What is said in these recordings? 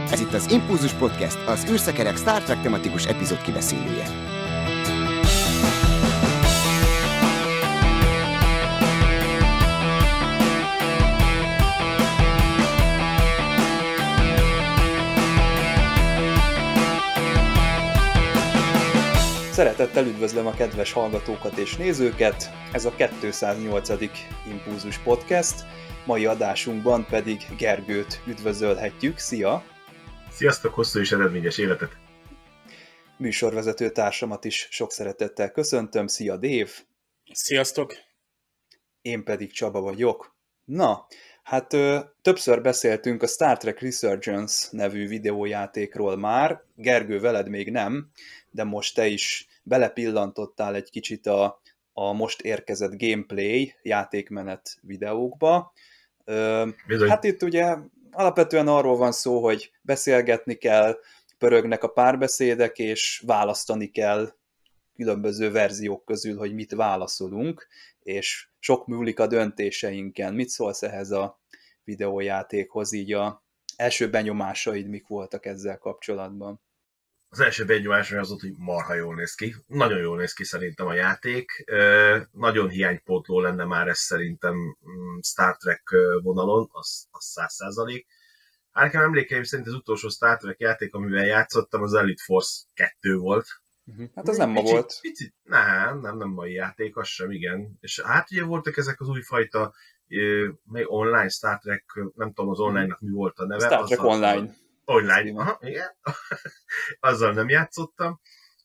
Ez itt az Impulzus Podcast, az űrszekerek Star Trek tematikus epizód kibeszélője. Szeretettel üdvözlöm a kedves hallgatókat és nézőket, ez a 208. Impulzus Podcast, mai adásunkban pedig Gergőt üdvözölhetjük. Szia! Sziasztok, hosszú és eredményes életet! Műsorvezető társamat is sok szeretettel köszöntöm. Szia, Dév! Sziasztok! Én pedig Csaba vagyok. Na, hát többször beszéltünk a Star Trek Resurgence nevű videójátékról már, Gergő, veled még nem, de most te is belepillantottál egy kicsit a most érkezett gameplay játékmenet videókba. Hát itt ugye alapvetően arról van szó, hogy beszélgetni kell, pörögnek a párbeszédek, és választani kell különböző verziók közül, hogy mit válaszolunk, és sok múlik a döntéseinken. Mit szólsz ehhez a videójátékhoz, így a első benyomásaid mik voltak ezzel kapcsolatban? Az első benyomásom az volt, hogy marha jól néz ki. Nagyon jól néz ki szerintem a játék. Nagyon hiánypótló lenne már ez szerintem Star Trek vonalon, az 100%. Hát nekem emlékeim szerint az utolsó Star Trek játék, amivel játszottam, az Elite Force 2 volt. Hát az nem ma volt. Picit, nem mai játék, az sem, igen. És hát ugye voltak ezek az újfajta online Star Trek, nem tudom az online-nak mi volt a neve. Star Trek Online. Online, aha, igen. Azzal nem játszottam.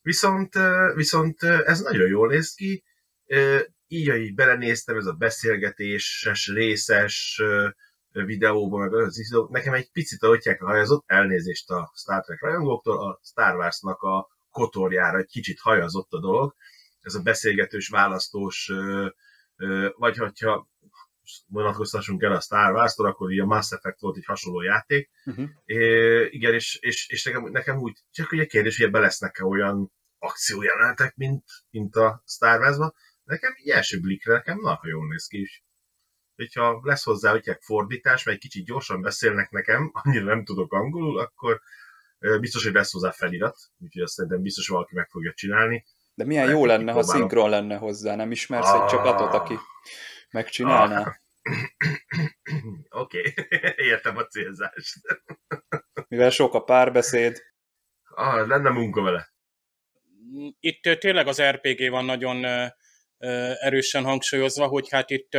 Viszont ez nagyon jól néz ki. Így, ahogy belenéztem, ez a beszélgetéses, részes videóban, meg az nekem egy picit ahogy hajazott, elnézést a Star Trek rajongóktól, a Star Wars-nak a kotorjára egy kicsit hajazott a dolog. Ez a beszélgetős, választós, vagy hogyha vonatkoztassunk el a Star Wars-tól, akkor így a Mass Effect volt egy hasonló játék. Igen, és nekem úgy, csak ugye kérdés, hogy ebben lesznek-e olyan akciójelenetek, mint a Star Wars-ban. Nekem így első blikre nekem nagyon jól néz ki is. Hogyha lesz hozzá hogy fordítás, mert egy kicsit gyorsan beszélnek nekem, annyira nem tudok angolul, akkor biztos, hogy lesz hozzá felirat, úgyhogy azt szerintem biztos, hogy valaki meg fogja csinálni. De milyen jó lenne, ha szinkron lenne hozzá, nem ismersz egy csapatot, aki megcsinálná? Oké, értem a célzást. Mivel sok a párbeszéd. Lenne munka vele. Itt tényleg az RPG van nagyon erősen hangsúlyozva, hogy hát itt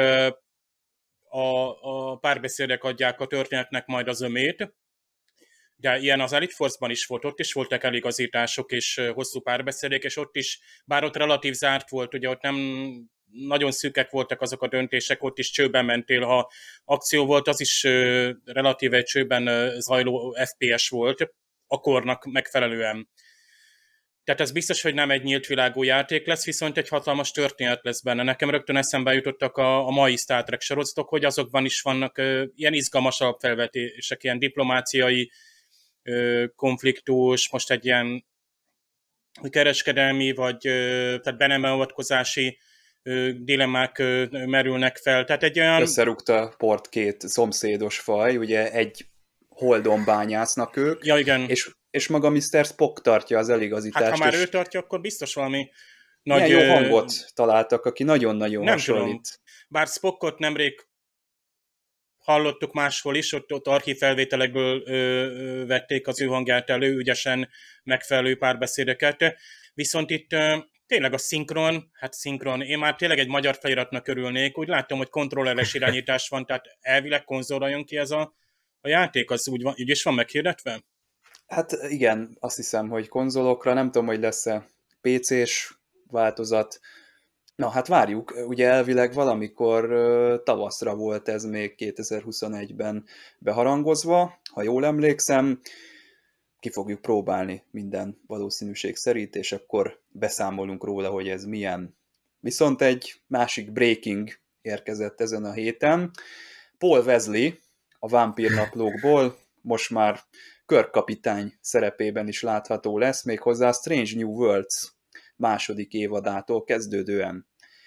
a párbeszédek adják a történetnek majd az ömét, de ilyen az Elite Force-ban is volt, ott is voltak eligazítások és hosszú párbeszédek, és ott is, bár ott relatív zárt volt, ugye ott nem nagyon szűkek voltak azok a döntések, ott is csőben mentél, ha akció volt, az is relatíve egy csőben zajló FPS volt, a kornak megfelelően. Tehát ez biztos, hogy nem egy nyílt világú játék lesz, viszont egy hatalmas történet lesz benne. Nekem rögtön eszembe jutottak a mai Star Trek sorozatok, hogy azokban is vannak ilyen izgalmas alapfelvetések, ilyen diplomáciai konfliktus, most egy ilyen kereskedelmi, vagy tehát be nem avatkozási dilemmák merülnek fel. Tehát egy olyan... Összerúgta port két szomszédos faj, ugye egy holdon bányásznak ők, ja, igen. És maga Mr. Spock tartja az eligazítást. Hát ha már ő tartja, akkor biztos valami nagy... Milyen jó hangot találtak, aki nagyon-nagyon hasonlít. Tudom. Bár Spockot nemrég hallottuk máshol is, ott archívfelvételekből vették az ő hangját elő, ügyesen megfelelő párbeszédeket. Viszont itt tényleg a szinkron, én már tényleg egy magyar feliratnak örülnék, úgy látom, hogy kontrolleres irányítás van, tehát elvileg konzolra jön ki ez a játék, az úgy is van meghirdetve? Hát igen, azt hiszem, hogy konzolokra, nem tudom, hogy lesz-e PC-s változat. Na hát várjuk, ugye elvileg valamikor tavaszra volt ez még 2021-ben beharangozva, ha jól emlékszem, ki fogjuk próbálni minden valószínűség szerint, és akkor beszámolunk róla, hogy ez milyen. Viszont egy másik breaking érkezett ezen a héten. Paul Wesley, a vámpírnaplókból most már Kirk kapitány szerepében is látható lesz, méghozzá a Strange New Worlds második évadától kezdődően.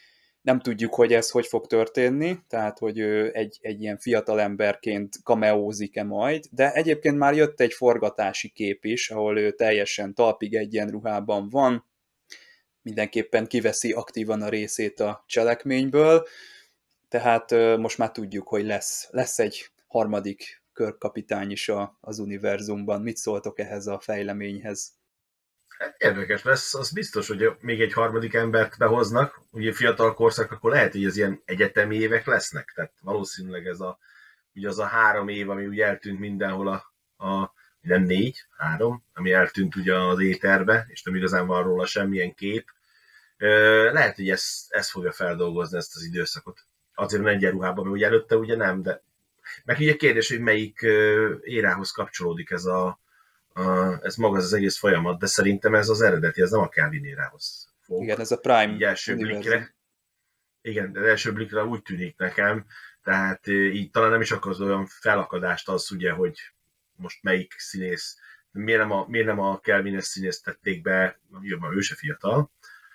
Nem tudjuk, hogy ez hogy fog történni, tehát hogy ő egy ilyen fiatal emberként cameózik-e majd, de egyébként már jött egy forgatási kép is, ahol ő teljesen talpig egyenruhában van, mindenképpen kiveszi aktívan a részét a cselekményből, tehát most már tudjuk, hogy lesz egy harmadik Kirk-kapitány is az univerzumban. Mit szóltok ehhez a fejleményhez? Hát érdekes lesz, az biztos, hogy még egy harmadik embert behoznak, ugye fiatal korszak, akkor lehet, hogy ez ilyen egyetemi évek lesznek, tehát valószínűleg ez ugye az a 3 év, ami ugye eltűnt mindenhol nem 4, 3, ami eltűnt ugye az éterbe, és nem igazán van róla semmilyen kép. Lehet, hogy ez fogja feldolgozni ezt az időszakot. Azért van egyenruhában, mert ugye előtte ugye nem, de meg ugye kérdés, hogy melyik érához kapcsolódik ez maga az egész folyamat, de szerintem ez az eredeti, ez nem a Kelvin érához fog. Igen, ez a Prime így első blikre. Igen, de első blikre úgy tűnik nekem, tehát így talán nem is okoz olyan felakadást az, ugye, hogy most melyik színész, miért nem a Kelvin-es színészt tették be, jobban ő se fiatal.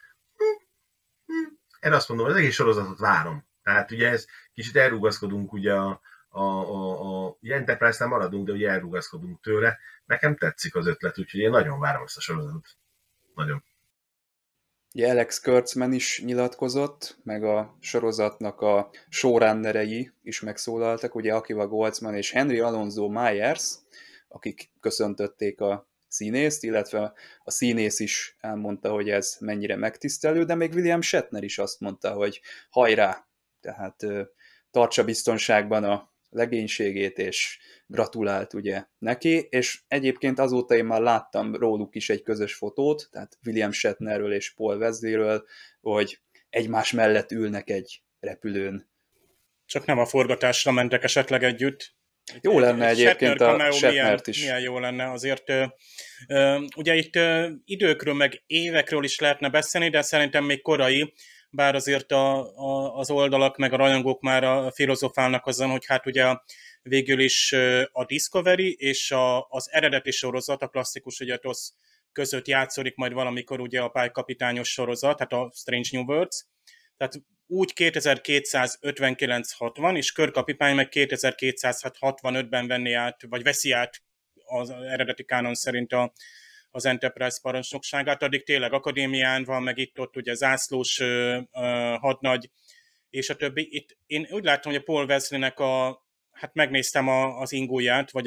Erre azt mondom, az egész sorozatot várom. Tehát ugye ez kicsit elrugaszkodunk ugye ugye Enterprise-nál maradunk, de ugye elrugaszkodunk tőle. Nekem tetszik az ötlet, úgyhogy én nagyon várom ezt a sorozatot. Nagyon. Ugye Alex Kurtzman is nyilatkozott, meg a sorozatnak a showrunnerei is megszólaltak, ugye Akiva Goldsman és Henry Alonso Myers, akik köszöntötték a színészt, illetve a színész is elmondta, hogy ez mennyire megtisztelő, de még William Shatner is azt mondta, hogy hajrá, tehát tartsa biztonságban a legénységét, és gratulált ugye neki, és egyébként azóta én már láttam róluk is egy közös fotót, tehát William Shatnerről és Paul Wesleyről, hogy egymás mellett ülnek egy repülőn. Csak nem a forgatásra mentek esetleg együtt. Jó lenne egyébként a Shatnert is. Milyen jó lenne azért. Ugye itt időkről meg évekről is lehetne beszélni, de szerintem még korai, bár azért az oldalak meg a rajongók már filozofálnak azon, hogy hát ugye végül is a Discovery és az eredeti sorozat, a klasszikus ugye TOS között játszódik majd valamikor ugye a pálykapitányos sorozat, tehát a Strange New Worlds. Tehát úgy 2259-60, és Kirk kapitány meg 2265-ben venni át, vagy veszi át az eredeti kánon szerint az Enterprise parancsnokságát, addig tényleg akadémián van, meg itt-ott ugye zászlós hadnagy, és a többi. Itt én úgy látom, hogy a Paul Wesleynek hát megnéztem az ingóját, vagy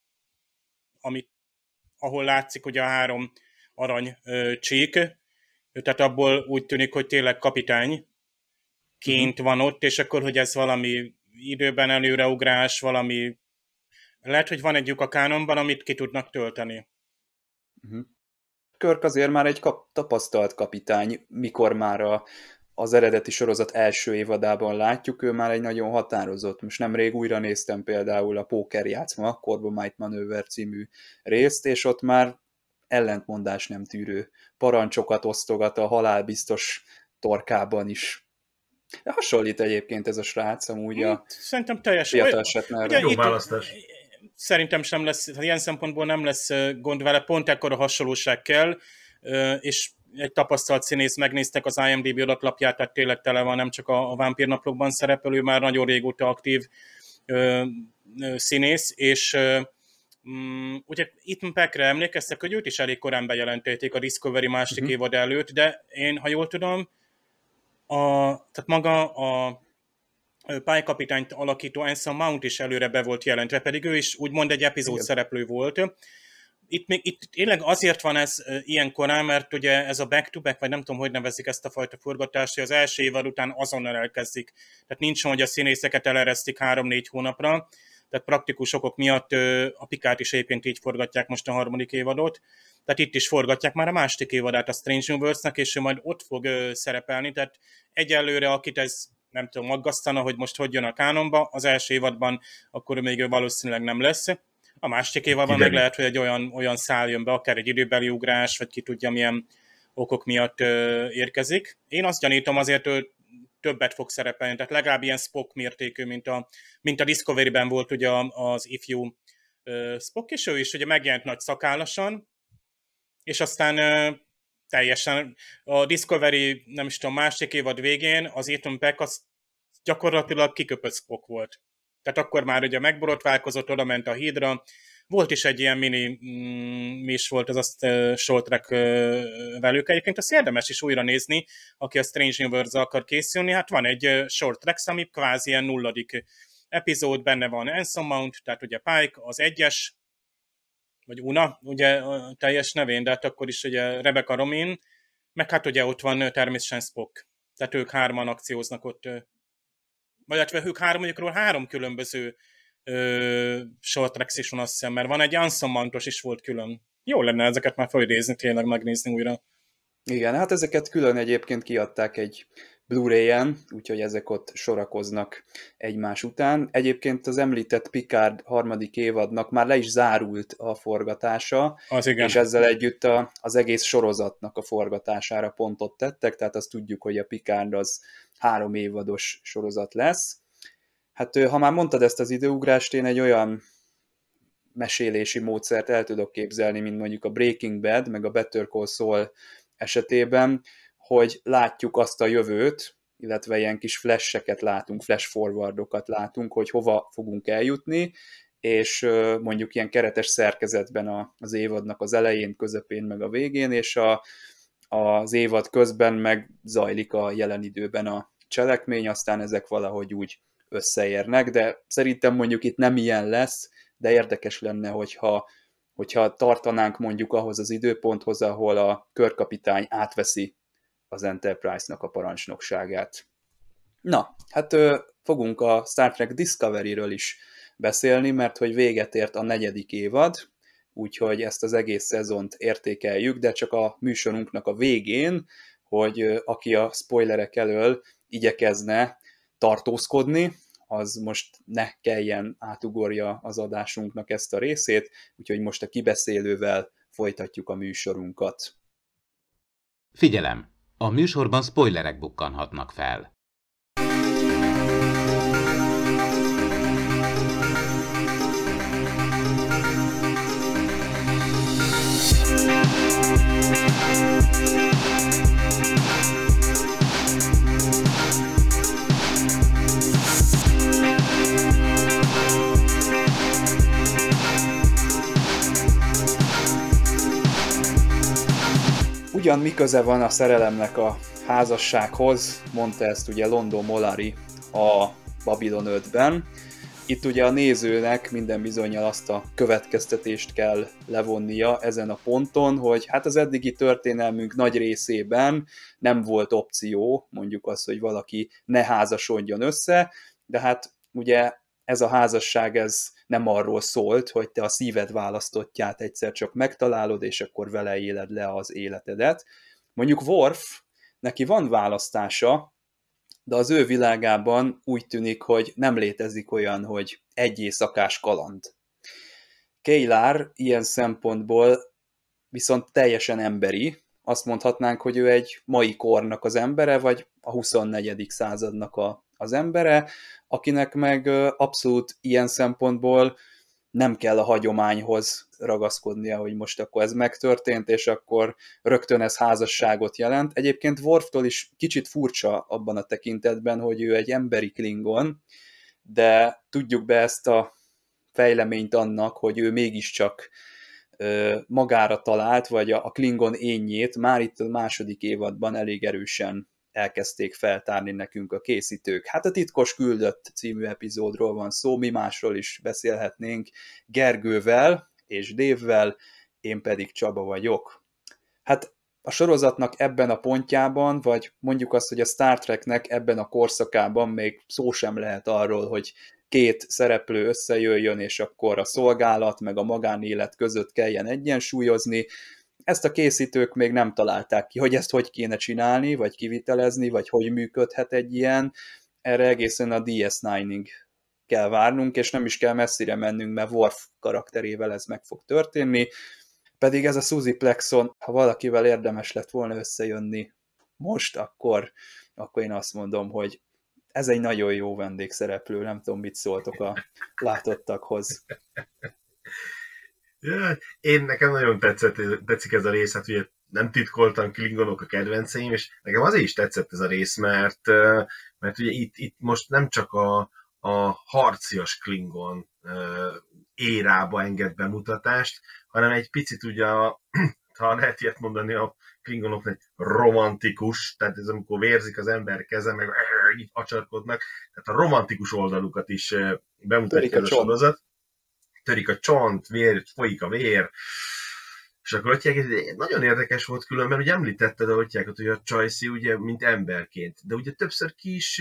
ahol látszik ugye a 3 arany csík, tehát abból úgy tűnik, hogy tényleg kapitányként van ott, és akkor, hogy ez valami időben előreugrás, valami lehet, hogy van egy lyuk a kánonban, amit ki tudnak tölteni. Kirk azért már egy tapasztalt kapitány, mikor már az eredeti sorozat első évadában látjuk, ő már egy nagyon határozott. Most nemrég újra néztem például a Pókerjátszma, Corbomite Maneuver című részt, és ott már ellentmondás nem tűrő parancsokat osztogat a halálbiztos torkában is. De hasonlít egyébként ez a srác, amúgy a szerintem teljesen fiatal Shatnerre. Jó választás. Szerintem sem lesz, ilyen szempontból nem lesz gond vele, pont ekkora hasonlóság kell, és egy tapasztalt színész megnéztek az IMDb adatlapját, tehát tényleg tele van, nem csak a vámpírnaplókban szerepelő, már nagyon régóta aktív színész, és ugye itt Peckre emlékeztek, hogy őt is elég korán bejelentették a Discovery második évad előtt, de én, ha jól tudom, tehát maga a pálykapitányt alakító Anson Mount is előre be volt jelentve, pedig ő is úgymond egy epizód szereplő volt. Itt tényleg azért van ez ilyen korán, mert ugye ez a back-to-back, vagy nem tudom, hogy nevezik ezt a fajta forgatást, hogy az első évad után azonnal elkezdik. Tehát nincs, hogy a színészeket eleresztik 3-4 hónapra, tehát praktikus okok miatt a Picard is egyébként így forgatják most a harmadik évadot. Tehát itt is forgatják már a második évadát a Strange New Worlds-nak, és ő majd ott fog szerepelni, tehát egyelőre, akit ez nem tudom, aggasztana, hogy most hogy jön a kánonba, az első évadban akkor még ő valószínűleg nem lesz. A második évadban meg lehet, hogy egy olyan szál jön be, akár egy időbeli ugrás, vagy ki tudja milyen okok miatt érkezik. Én azt gyanítom, azért ő többet fog szerepelni, tehát legalább ilyen Spock mértékű, mint a Discovery-ben volt ugye az ifjú Spock, és ő is ugye megjelent nagy szakállasan, és aztán teljesen. A Discovery, nem is tudom, másik évad végén az Ethan Peck az gyakorlatilag kiköpött Spock volt. Tehát akkor már ugye megborotválkozott, oda ment a hídra. Volt is egy ilyen mi is volt az a short track velük. Egyébként azt érdemes is újra nézni, aki a Strange Universe akar készülni. Hát van egy short track, ami kvázi ilyen 0. epizód, benne van Anson Mount, tehát ugye Pike, az 1-es, vagy Una, ugye a teljes nevén, de hát akkor is ugye Rebecca Romijn, meg hát ugye ott van természetesen Spock. Tehát ők 3-an akcióznak ott, vagy hát ők 3 különböző short tracks is van, azt hiszem, mert van egy Anson Mountos is volt külön. Jó lenne ezeket már felidézni, tényleg megnézni újra. Igen, hát ezeket külön egyébként kiadták egy Blu-ray-en, úgyhogy ezek ott sorakoznak egymás után. Egyébként az említett Picard 3. évadnak már le is zárult a forgatása, és ezzel együtt az egész sorozatnak a forgatására pontot tettek, tehát azt tudjuk, hogy a Picard az 3 évados sorozat lesz. Hát ha már mondtad ezt az időugrást, én egy olyan mesélési módszert el tudok képzelni, mint mondjuk a Breaking Bad, meg a Better Call Saul esetében, hogy látjuk azt a jövőt, illetve ilyen kis flasheket látunk, flash forwardokat látunk, hogy hova fogunk eljutni, és mondjuk ilyen keretes szerkezetben az évadnak az elején, közepén, meg a végén, és az évad közben meg zajlik a jelen időben a cselekmény, aztán ezek valahogy úgy összeérnek, de szerintem mondjuk itt nem ilyen lesz, de érdekes lenne, hogyha tartanánk mondjuk ahhoz az időponthoz, ahol a körkapitány átveszi az Enterprise-nak a parancsnokságát. Na, hát fogunk a Star Trek Discovery-ről is beszélni, mert hogy véget ért a 4. évad, úgyhogy ezt az egész szezont értékeljük, de csak a műsorunknak a végén, hogy aki a spoilerek elől igyekezne tartózkodni, az most ne kelljen átugorja az adásunknak ezt a részét, úgyhogy most a kibeszélővel folytatjuk a műsorunkat. Figyelem! A műsorban spoilerek bukkanhatnak fel. Ugyan mi köze van a szerelemnek a házassághoz, mondta ezt ugye London Mollari a Babylon 5-ben. Itt ugye a nézőnek minden bizonnyal azt a következtetést kell levonnia ezen a ponton, hogy hát az eddigi történelmünk nagy részében nem volt opció, mondjuk az, hogy valaki ne házasodjon össze, de hát ugye ez a házasság ez nem arról szólt, hogy te a szíved választottját egyszer csak megtalálod, és akkor vele éled le az életedet. Mondjuk Worf, neki van választása, de az ő világában úgy tűnik, hogy nem létezik olyan, hogy egy éjszakás kaland. Keylar ilyen szempontból viszont teljesen emberi, azt mondhatnánk, hogy ő egy mai kornak az embere, vagy a 24. századnak az embere, akinek meg abszolút ilyen szempontból nem kell a hagyományhoz ragaszkodnia, hogy most akkor ez megtörtént, és akkor rögtön ez házasságot jelent. Egyébként Worftól is kicsit furcsa abban a tekintetben, hogy ő egy emberi klingon, de tudjuk be ezt a fejleményt annak, hogy ő mégiscsak magára talált, vagy a klingon énjét már itt a 2. évadban elég erősen elkezdték feltárni nekünk a készítők. Hát a Titkos Küldött című epizódról van szó, mi másról is beszélhetnénk Gergővel és Dévvel, én pedig Csaba vagyok. Hát a sorozatnak ebben a pontjában, vagy mondjuk azt, hogy a Star Treknek ebben a korszakában még szó sem lehet arról, hogy 2 szereplő összejöjjön, és akkor a szolgálat meg a magánélet között kelljen egyensúlyozni. Ezt a készítők még nem találták ki, hogy ezt hogy kéne csinálni, vagy kivitelezni, vagy hogy működhet egy ilyen. Erre egészen a DS9-ig kell várnunk, és nem is kell messzire mennünk, mert Worf karakterével ez meg fog történni. Pedig ez a Suzy Plexon, ha valakivel érdemes lett volna összejönni most, akkor én azt mondom, hogy ez egy nagyon jó vendégszereplő, nem tudom, mit szóltok a látottakhoz. Ja, nekem nagyon tetszik ez a rész, hát ugye nem titkoltan klingonok a kedvenceim, és nekem azért is tetszett ez a rész, mert ugye itt most nem csak a harcias klingon érába enged bemutatást, hanem egy picit ugye, ha lehet ilyet mondani, a klingonoknak romantikus, tehát ez amikor vérzik az ember keze, meg így acsarkodnak, tehát a romantikus oldalukat is bemutatja a sorozat. Törik a csont, folyik a vér, és akkor Atyák, nagyon érdekes volt különben, hogy említetted a Atyákat, hogy a Csajci ugye, mint emberként, de ugye többször ki is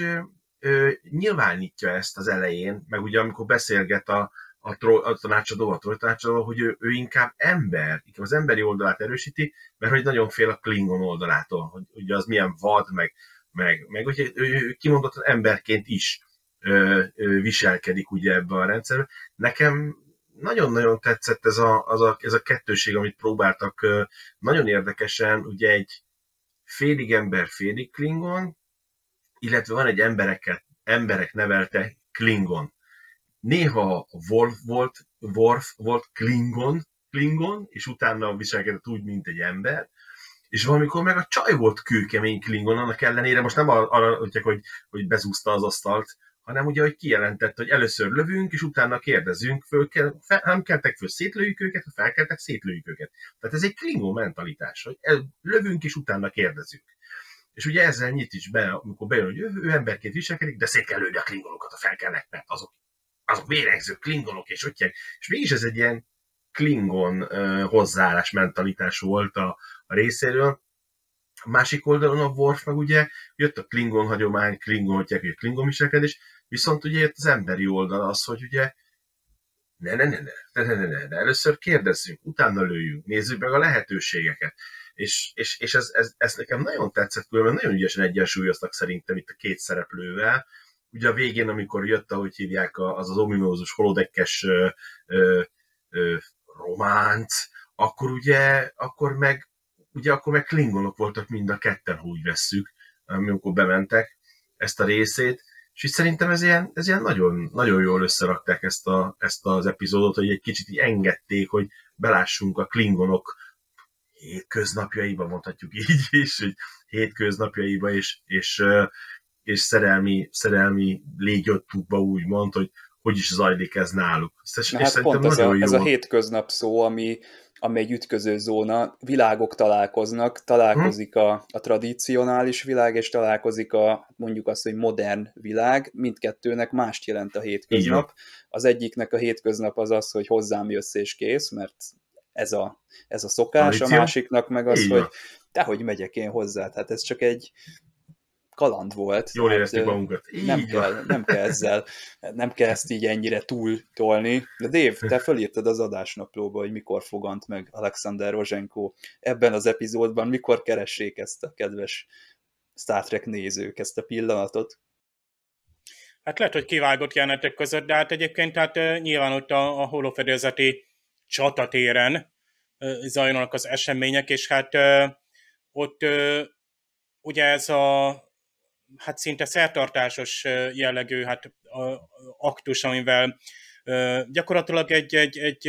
nyilvánítja ezt az elején, meg ugye amikor beszélget a tanácsadó, hogy ő inkább ember, inkább az emberi oldalát erősíti, mert hogy nagyon fél a Klingon oldalától, hogy ugye az milyen vad, meg hogy ő kimondottan emberként is viselkedik ugye ebbe a rendszerbe. Nekem nagyon-nagyon tetszett ez a kettőség, amit próbáltak nagyon érdekesen, ugye egy félig ember, félig Klingon, illetve van egy emberek nevelte Klingon. Néha Worf volt Klingon, és utána viselkedett úgy, mint egy ember, és valamikor meg a csaj volt kőkemény Klingon, annak ellenére most nem arra, hogy bezúzta az asztalt, hanem ugye, hogy kijelentett, hogy először lövünk, és utána kérdezünk, nem keltek föl, szétlőjük őket, ha felkeltek, szétlőjük őket. Tehát ez egy Klingon mentalitás, hogy lövünk, és utána kérdezünk. És ugye ezzel nyit is be, amikor bejön, hogy ő emberként viselkedik, de szét kell lőni a Klingonokat, ha felkelnek, mert azok vérengző Klingonok, és és mégis ez egy ilyen Klingon hozzáállás mentalitás volt a részéről. A másik oldalon a Worf meg ugye jött a Klingon hagyomány, Klingon viselkedés, viszont ugye jött az emberi oldal az, hogy ugye ne, először kérdezzünk, utána lőjünk, nézzük meg a lehetőségeket. És ez nekem nagyon tetszett, különben nagyon ügyesen egyensúlyoztak szerintem itt a két szereplővel. Ugye a végén, amikor jött, ahogy hívják, az ominózus holodekkes románc, akkor meg klingonok voltak mind a ketten, ha úgy vesszük, amikor bementek ezt a részét, és így szerintem ez ilyen nagyon, nagyon jól összerakták ezt az epizódot, hogy egy kicsit így engedték, hogy belássunk a klingonok hétköznapjaiba, mondhatjuk így is, hogy hétköznapjaiba, és szerelmi légyottukba úgymond, hogy is zajlik ez náluk. Hát pont ez a hétköznap szó, ami egy ütköző zóna, világok találkozik a tradicionális világ, és találkozik mondjuk azt, hogy modern világ, mindkettőnek mást jelent a hétköznap. Az egyiknek a hétköznap az, hogy hozzám jössz és kész, mert ez a szokás, a másiknak meg az, hogy dehogy megyek én hozzá, tehát ez csak egy kaland volt. Jól éreztük magunkat. Nem kell ezt így ennyire túl tolni. De Dave, te fölírtad az adásnaplóba, hogy mikor fogant meg Alexander Rozsenko ebben az epizódban, mikor keressék ezt a kedves Star Trek nézők, ezt a pillanatot. Hát lehet, hogy kivágott jelenetek között, de hát egyébként nyilván ott a holofedélzeti csatatéren zajlanak az események, és hát ott ugye ez hát szinte szertartásos jellegű aktus, amivel gyakorlatilag egy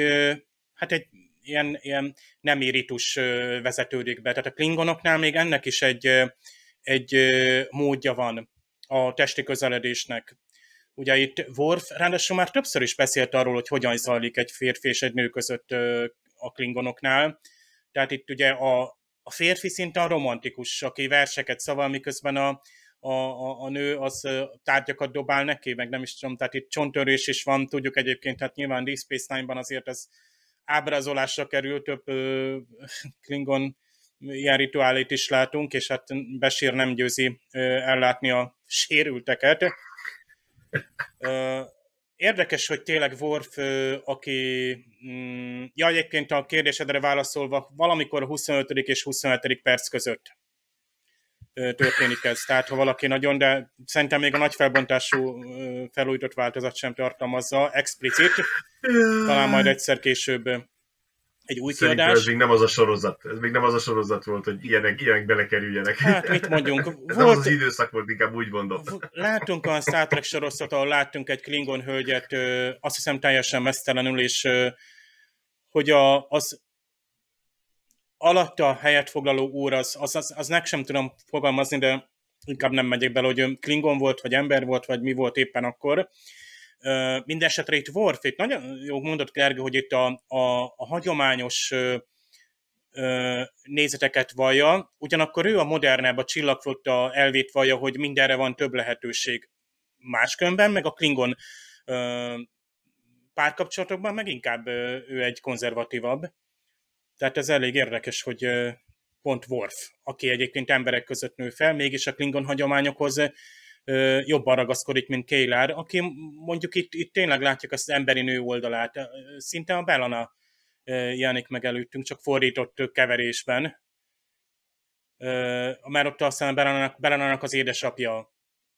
ilyen nemi ritus vezetődik be. Tehát a klingonoknál még ennek is egy módja van a testi közeledésnek. Ugye itt Worf ráadásul már többször is beszélt arról, hogy hogyan zajlik egy férfi és egy nő között a klingonoknál. Tehát itt ugye a férfi szinte a romantikus, aki verseket szaval, miközben a nő az tárgyakat dobál neki, meg nem is tudom, tehát itt csonttörés is van, tudjuk egyébként, hát nyilván Deep Space Nine-ban azért ez ábrázolásra kerül, több Klingon ilyen rituálét is látunk, és hát Bashir nem győzi ellátni a sérülteket. Érdekes, hogy tényleg Worf, aki... egyébként a kérdésedre válaszolva, valamikor a 25. és 27. perc között történik ez. Tehát, ha valaki nagyon, de szerintem még a nagy felbontású felújított változat sem tartalmazza, explicit, talán majd egyszer később egy új kiadás. Ez még nem az a sorozat volt, hogy ilyenek belekerüljenek. Hát mit mondjunk? Ez nem az időszak volt, inkább úgy mondom. Láttunk olyan Star Trek sorozat, ahol láttunk egy Klingon hölgyet, azt hiszem teljesen mesztelenül, és hogy alatta helyet foglaló úr, az sem tudom fogalmazni, de inkább nem megyek bele, hogy Klingon volt, vagy ember volt, vagy mi volt éppen akkor. Mindenesetre itt Worf, itt nagyon jó mondott Gergő, hogy itt a hagyományos nézeteket vallja, ugyanakkor ő a modernebb, a csillagflotta elvét vallja, hogy mindenre van több lehetőség. Máskülönben, meg a Klingon párkapcsolatokban meg inkább ő egy konzervatívabb. Tehát ez elég érdekes, hogy pont Worf, aki egyébként emberek között nő fel, mégis a Klingon hagyományokhoz jobban ragaszkodik, mint Keylar, aki mondjuk itt tényleg látjuk azt az emberi nő oldalát. Szinte a B'Elanna jelenik meg előttünk, csak fordított keverésben. Mert ott aztán B'Elannának az édesapja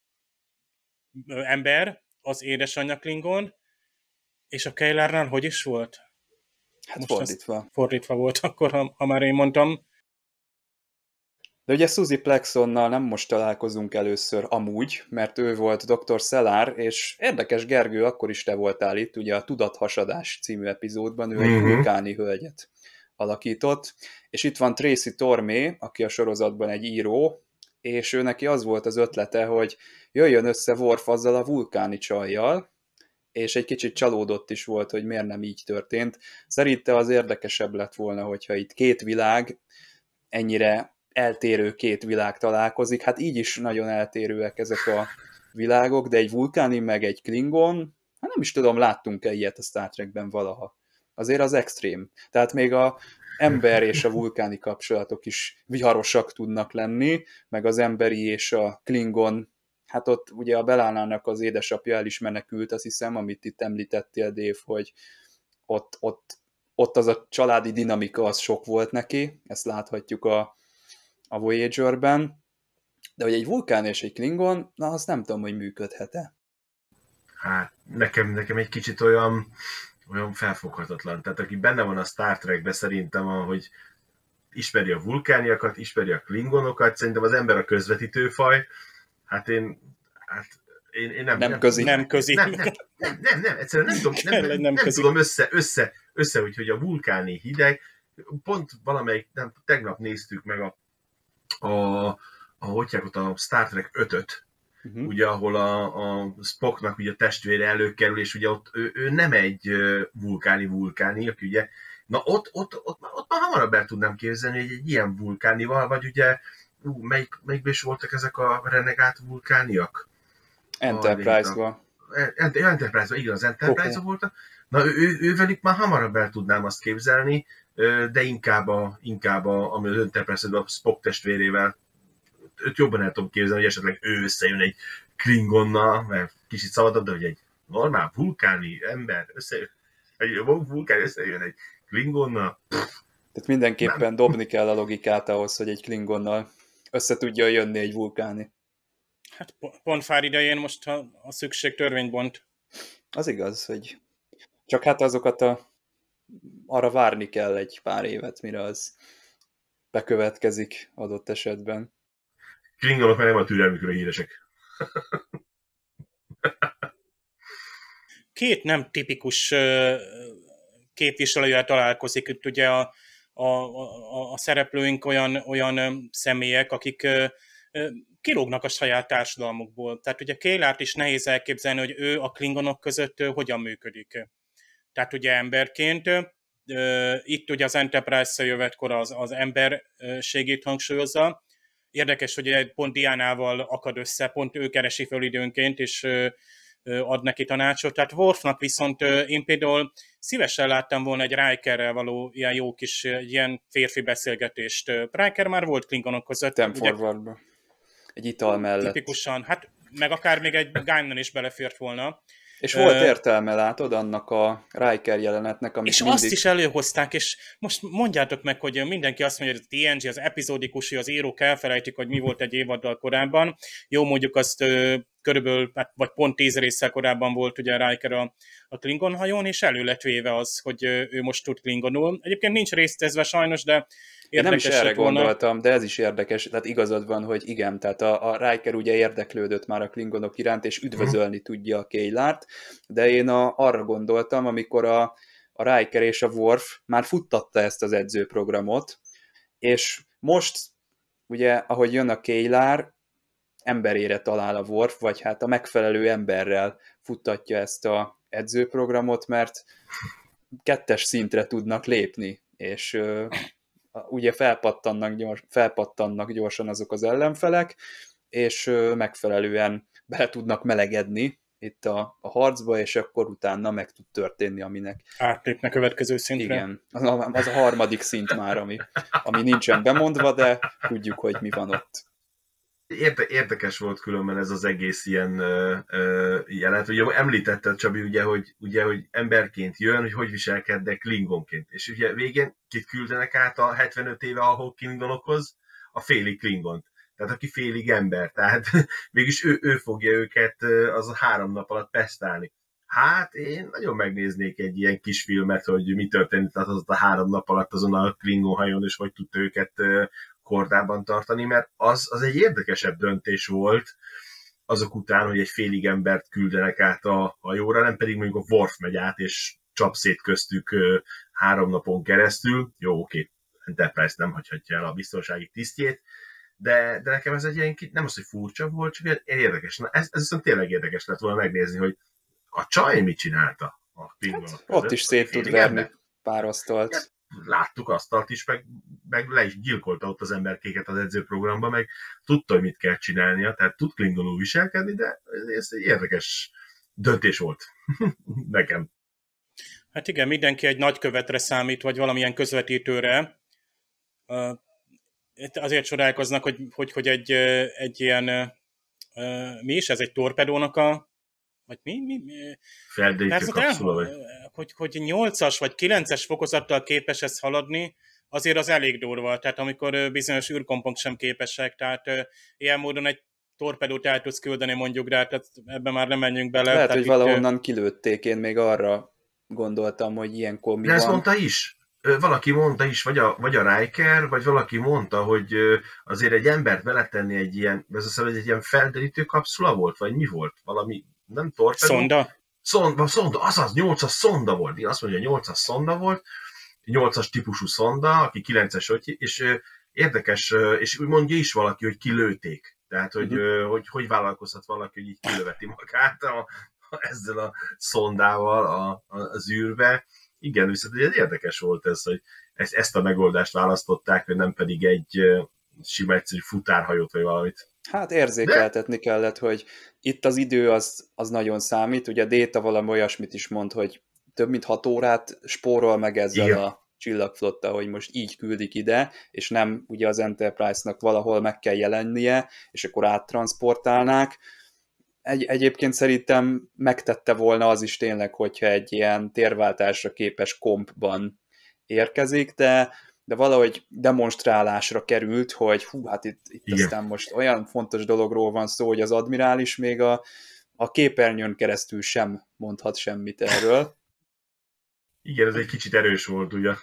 ember, az édesanyja Klingon, és a Keylarnál hogy is volt? Hát most fordítva. Fordítva volt akkor, ha már én mondtam. De ugye Suzy Plexonnal nem most találkozunk először amúgy, mert ő volt Dr. Szellár, és érdekes, Gergő, akkor is te voltál itt, ugye a Tudathasadás című epizódban, ő egy vulkáni hölgyet alakított, és itt van Tracy Tormé, aki a sorozatban egy író, és ő neki az volt az ötlete, hogy jöjjön össze Worf azzal a vulkáni csajjal, és egy kicsit csalódott is volt, hogy miért nem így történt. Szerinte az érdekesebb lett volna, hogyha itt két világ, ennyire eltérő két világ találkozik. Hát így is nagyon eltérőek ezek a világok, de egy vulkáni meg egy Klingon, hát nem is tudom, láttunk-e ilyet a Star Trekben valaha. Azért az extrém. Tehát még a ember és a vulkáni kapcsolatok is viharosak tudnak lenni, meg az emberi és a Klingon. Hát ott ugye a B'Elannának az édesapja el is menekült, azt hiszem, amit itt említettél, Dave, hogy ott az a családi dinamika az sok volt neki, ezt láthatjuk a Voyager-ben, de hogy egy vulkán és egy Klingon, na azt nem tudom, hogy működhet-e. Hát nekem egy kicsit olyan felfoghatatlan. Tehát aki benne van a Star Trekben, szerintem, hogy ismeri a vulkániakat, ismeri a Klingonokat, szerintem az ember a közvetítőfaj. Hát én nem közi. Nem, egyszerűen nem tudom össze hogy a vulkáni hideg, pont valamelyik, tegnap néztük meg a Star Trek 5-öt, ugye, ahol a Spocknak ugye a testvére előkerül, és ugye ott ő nem egy vulkáni, aki ugye, na ott már hamarabb el tudnám képzelni, hogy egy ilyen vulkánival, vagy ugye, melyikben is voltak ezek a renegát vulkániak? Enterprise-ba. Enterprise-ba, igen, az Enterprise-ba voltak. Na, ővelük már hamarabb el tudnám azt képzelni, de inkább ami az Enterprise-ben a Spock testvérével, őt jobban el tudom képzelni, hogy esetleg ő összejön egy Klingonnal, mert kicsit szabadabb, de hogy egy normál vulkáni ember összejön egy Klingonnal. Tehát mindenképpen dobni kell a logikát ahhoz, hogy egy Klingonnal össze tudja jönni egy vulkáni. Hát pont fár idején most a szükség törvényt bont. Az igaz, hogy csak hát azokat arra várni kell egy pár évet, mire az bekövetkezik adott esetben. Klingonok már nem a türelmükről híresek. Két nem tipikus képviselővel találkozik. Itt ugye a szereplőink olyan személyek, akik kilógnak a saját társadalmukból. Tehát ugye Keylárt is nehéz elképzelni, hogy ő a Klingonok között hogyan működik. Tehát ugye emberként, itt ugye az Enterprise jövetkor az emberségét hangsúlyozza. Érdekes, hogy pont Diánával akad össze, pont ő keresi föl időnként, és ad neki tanácsot. Tehát Worfnak viszont én például szívesen láttam volna egy Rikerrel való ilyen jó kis, ilyen férfi beszélgetést. Riker már volt Klingonok között. Forwardban. Egy ital mellett. Tipikusan, hát meg akár még egy Guinan is belefért volna. És volt értelme, látod, annak a Riker jelenetnek, amit és mindig... azt is előhozták, és most mondjátok meg, hogy mindenki azt mondja, hogy a TNG, az epizódikus, hogy az írók elfelejtik, hogy mi volt egy évaddal korábban. Jó, mondjuk azt körülbelül, vagy pont 10 résszel korábban volt ugye Riker a Klingon hajón, és elő lett véve az, hogy ő most tud Klingonul. Egyébként nincs résztezve sajnos, de nem is erre gondoltam, de ez is érdekes, tehát igazad van, hogy igen, tehát a Riker ugye érdeklődött már a Klingonok iránt, és üdvözölni tudja a Keylárt, de én arra gondoltam, amikor a Riker és a Worf már futtatta ezt az edzőprogramot, És most, ugye, ahogy jön a Kaylar, emberére talál a Worf, vagy hát a megfelelő emberrel futtatja ezt a edzőprogramot, mert 2. szintre tudnak lépni, és ugye felpattannak gyorsan azok az ellenfelek, és megfelelően bele tudnak melegedni itt a harcba, és akkor utána meg tud történni, aminek... Átlépne következő szintre. Igen, az a 3. szint már, ami nincsen bemondva, de tudjuk, hogy mi van ott. Érdekes volt különben ez az egész ilyen jelenet. Ugye említetted, Csabi, hogy emberként jön, hogy viselkednek klingonként. És ugye végén kit küldenek át a 75 éve alhol klingonokhoz? A félig klingont. Tehát aki félig ember. Tehát mégis ő fogja őket az a 3 nap alatt pesztálni. Hát én nagyon megnéznék egy ilyen kis filmet, hogy mi történt az a 3 nap alatt azon a Klingon hajón, és hogy tudta őket kordában tartani, mert az egy érdekesebb döntés volt azok után, hogy egy félig embert küldenek át a hajóra, nem pedig mondjuk a Worf megy át, és csap szét köztük 3 napon keresztül. Jó, oké, Enterprise nem hagyhatja el a biztonsági tisztjét, de nekem ez egy ilyen, nem az, hogy furcsa volt, csak érdekes. Na, ez viszont tényleg érdekes lett volna megnézni, hogy a csaj mit csinálta a Klingonok között. Ott is szét tud verni pár asztalt. Láttuk asztalt is, meg le is gyilkolta ott az emberkéket az edzőprogramban, meg tudta, hogy mit kell csinálnia, tehát tud klingonul viselkedni, de ez egy érdekes döntés volt nekem. Hát igen, mindenki egy nagykövetre számít, vagy valamilyen közvetítőre. Azért csodálkoznak, hogy egy ilyen, mi is, ez egy torpedónak a, vagy mi? Felderítő kapszula, vagy? Hogy 8-as vagy 9-es fokozattal képes ez haladni, azért az elég durva. Tehát amikor bizonyos űrkompok sem képesek, tehát ilyen módon egy torpedót el tudsz küldeni mondjuk rá, tehát ebben már nem menjünk bele. Lehet, tehát hogy valahonnan kilőtték, én még arra gondoltam, hogy ilyenkor mi de ezt van. mondta is. Valaki mondta is, vagy a Riker, vagy valaki mondta, hogy azért egy embert beletenni egy ilyen, ez egy ilyen felderítő kapszula volt, vagy mi volt? Valami, nem torpedó? Szonda, azaz, 8-as szonda volt. Én azt mondja, 8-as szonda volt, 8-as típusú szonda, aki 9-es, és érdekes, és úgy mondja is valaki, hogy kilőték. Tehát, hogy vállalkozhat valaki, hogy így kilöveti magát ezzel a szondával az űrbe. Igen, viszont ez érdekes volt ez, hogy ezt a megoldást választották, hogy nem pedig egy sima egyszerű futárhajót, vagy valamit. Hát érzékeltetni kellett, hogy itt az idő az nagyon számít. Ugye a Data valami olyasmit is mond, hogy több mint 6 órát spórol meg ezzel igen. A csillagflotta, hogy most így küldik ide, és nem ugye az Enterprise-nak valahol meg kell jelennie, és akkor áttransportálnák. Egyébként szerintem megtette volna az is tényleg, hogyha egy ilyen térváltásra képes kompban érkezik, de valahogy demonstrálásra került, hogy hát itt aztán most olyan fontos dologról van szó, hogy az admirális még a képernyőn keresztül sem mondhat semmit erről. Igen, ez egy kicsit erős volt, ugye?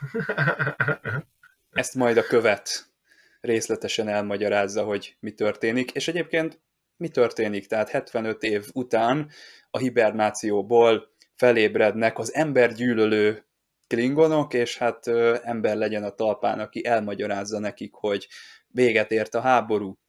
Ezt majd a követ részletesen elmagyarázza, hogy mi történik, és egyébként mi történik? Tehát 75 év után a hibernációból felébrednek az embergyűlölő klingonok, és hát ember legyen a talpán, aki elmagyarázza nekik, hogy véget ért a háború.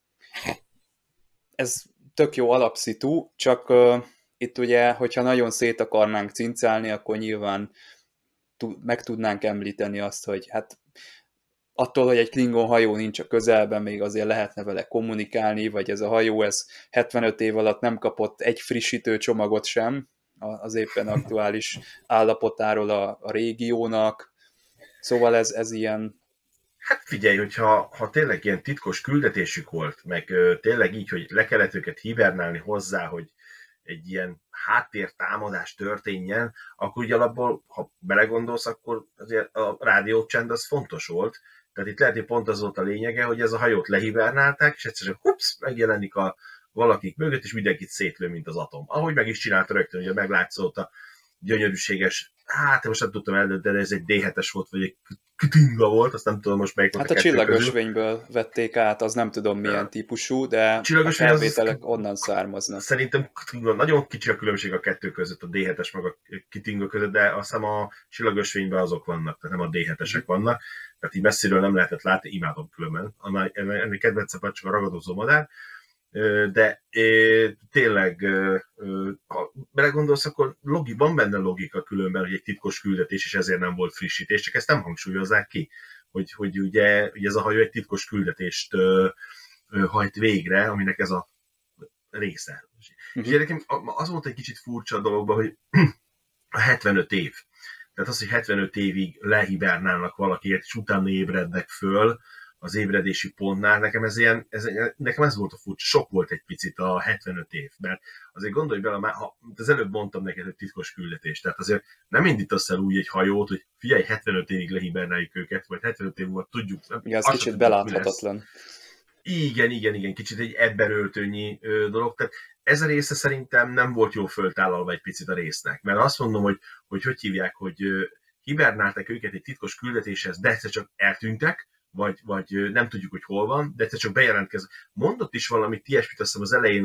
Ez tök jó alapszitu, csak itt ugye, hogyha nagyon szét akarnánk cincálni, akkor nyilván meg tudnánk említeni azt, hogy hát attól, hogy egy Klingon hajó nincs a közelben, még azért lehetne vele kommunikálni, vagy ez a hajó, ez 75 év alatt nem kapott egy frissítő csomagot sem az éppen aktuális állapotáról a régiónak. Szóval ez ilyen... Hát figyelj, hogyha tényleg ilyen titkos küldetésük volt, meg tényleg így, hogy le kellett őket hibernálni hozzá, hogy egy ilyen háttértámadás történjen, akkor ugye alapból, ha belegondolsz, akkor azért a rádiócsend az fontos volt. Tehát itt lehet, hogy pont az volt a lényege, hogy ez a hajót lehibernálták, és egyszerűen megjelenik a valakik mögött, és mindenkit szétlő, mint az atom. Ahogy meg is csinálta rögtön, ugye meglátszott a gyönyörűséges, hát most nem tudtam eldönteni, ez egy D7-es volt, vagy egy Kitinga volt, azt nem tudom most melyik volt Hát a kettő közül. csillagösvényből vették át, az nem tudom milyen típusú, de a Csillagösvény az- felvételek onnan származnak. Szerintem nagyon kicsi a különbség a kettő között, a D7-es meg a Kitinga között, de azt hiszem a csillagösvényben azok vannak, tehát nem a D7-esek vannak, tehát így messziről nem lehetett látni, imádom különben. Ennek kedvencem csak a ragadozó madár, de tényleg, ha belegondolsz, akkor van benne logika különben, hogy egy titkos küldetés, és ezért nem volt frissítés, csak ezt nem hangsúlyozzák ki, hogy ugye ez a hajó egy titkos küldetést hajt végre, aminek ez a része. És nekem az volt egy kicsit furcsa a dologban, hogy a 75 év. Tehát az, hogy 75 évig lehibernálnak valakiért, és utána ébrednek föl az ébredési pontnál, nekem nekem ez volt a furcsa. Sok volt egy picit a 75 év, mert azért gondolj bele, az előbb mondtam neked, hogy titkos küldetés, tehát azért nem indítasz el úgy egy hajót, hogy figyelj, 75 évig lehibernáljuk őket, vagy 75 év múlva tudjuk. Igen, az kicsit beláthatatlan. Igen, kicsit egy ebberöltőnyi dolog, tehát ez a része szerintem nem volt jól föltállalva egy picit a résznek, mert azt mondom, hogy hívják, hogy hibernálták őket egy titkos küldetéshez, de egyszer csak eltűntek, vagy nem tudjuk, hogy hol van, de egyszer csak bejelentkezett. Mondott is valamit, ilyesmit, azt hiszem az elején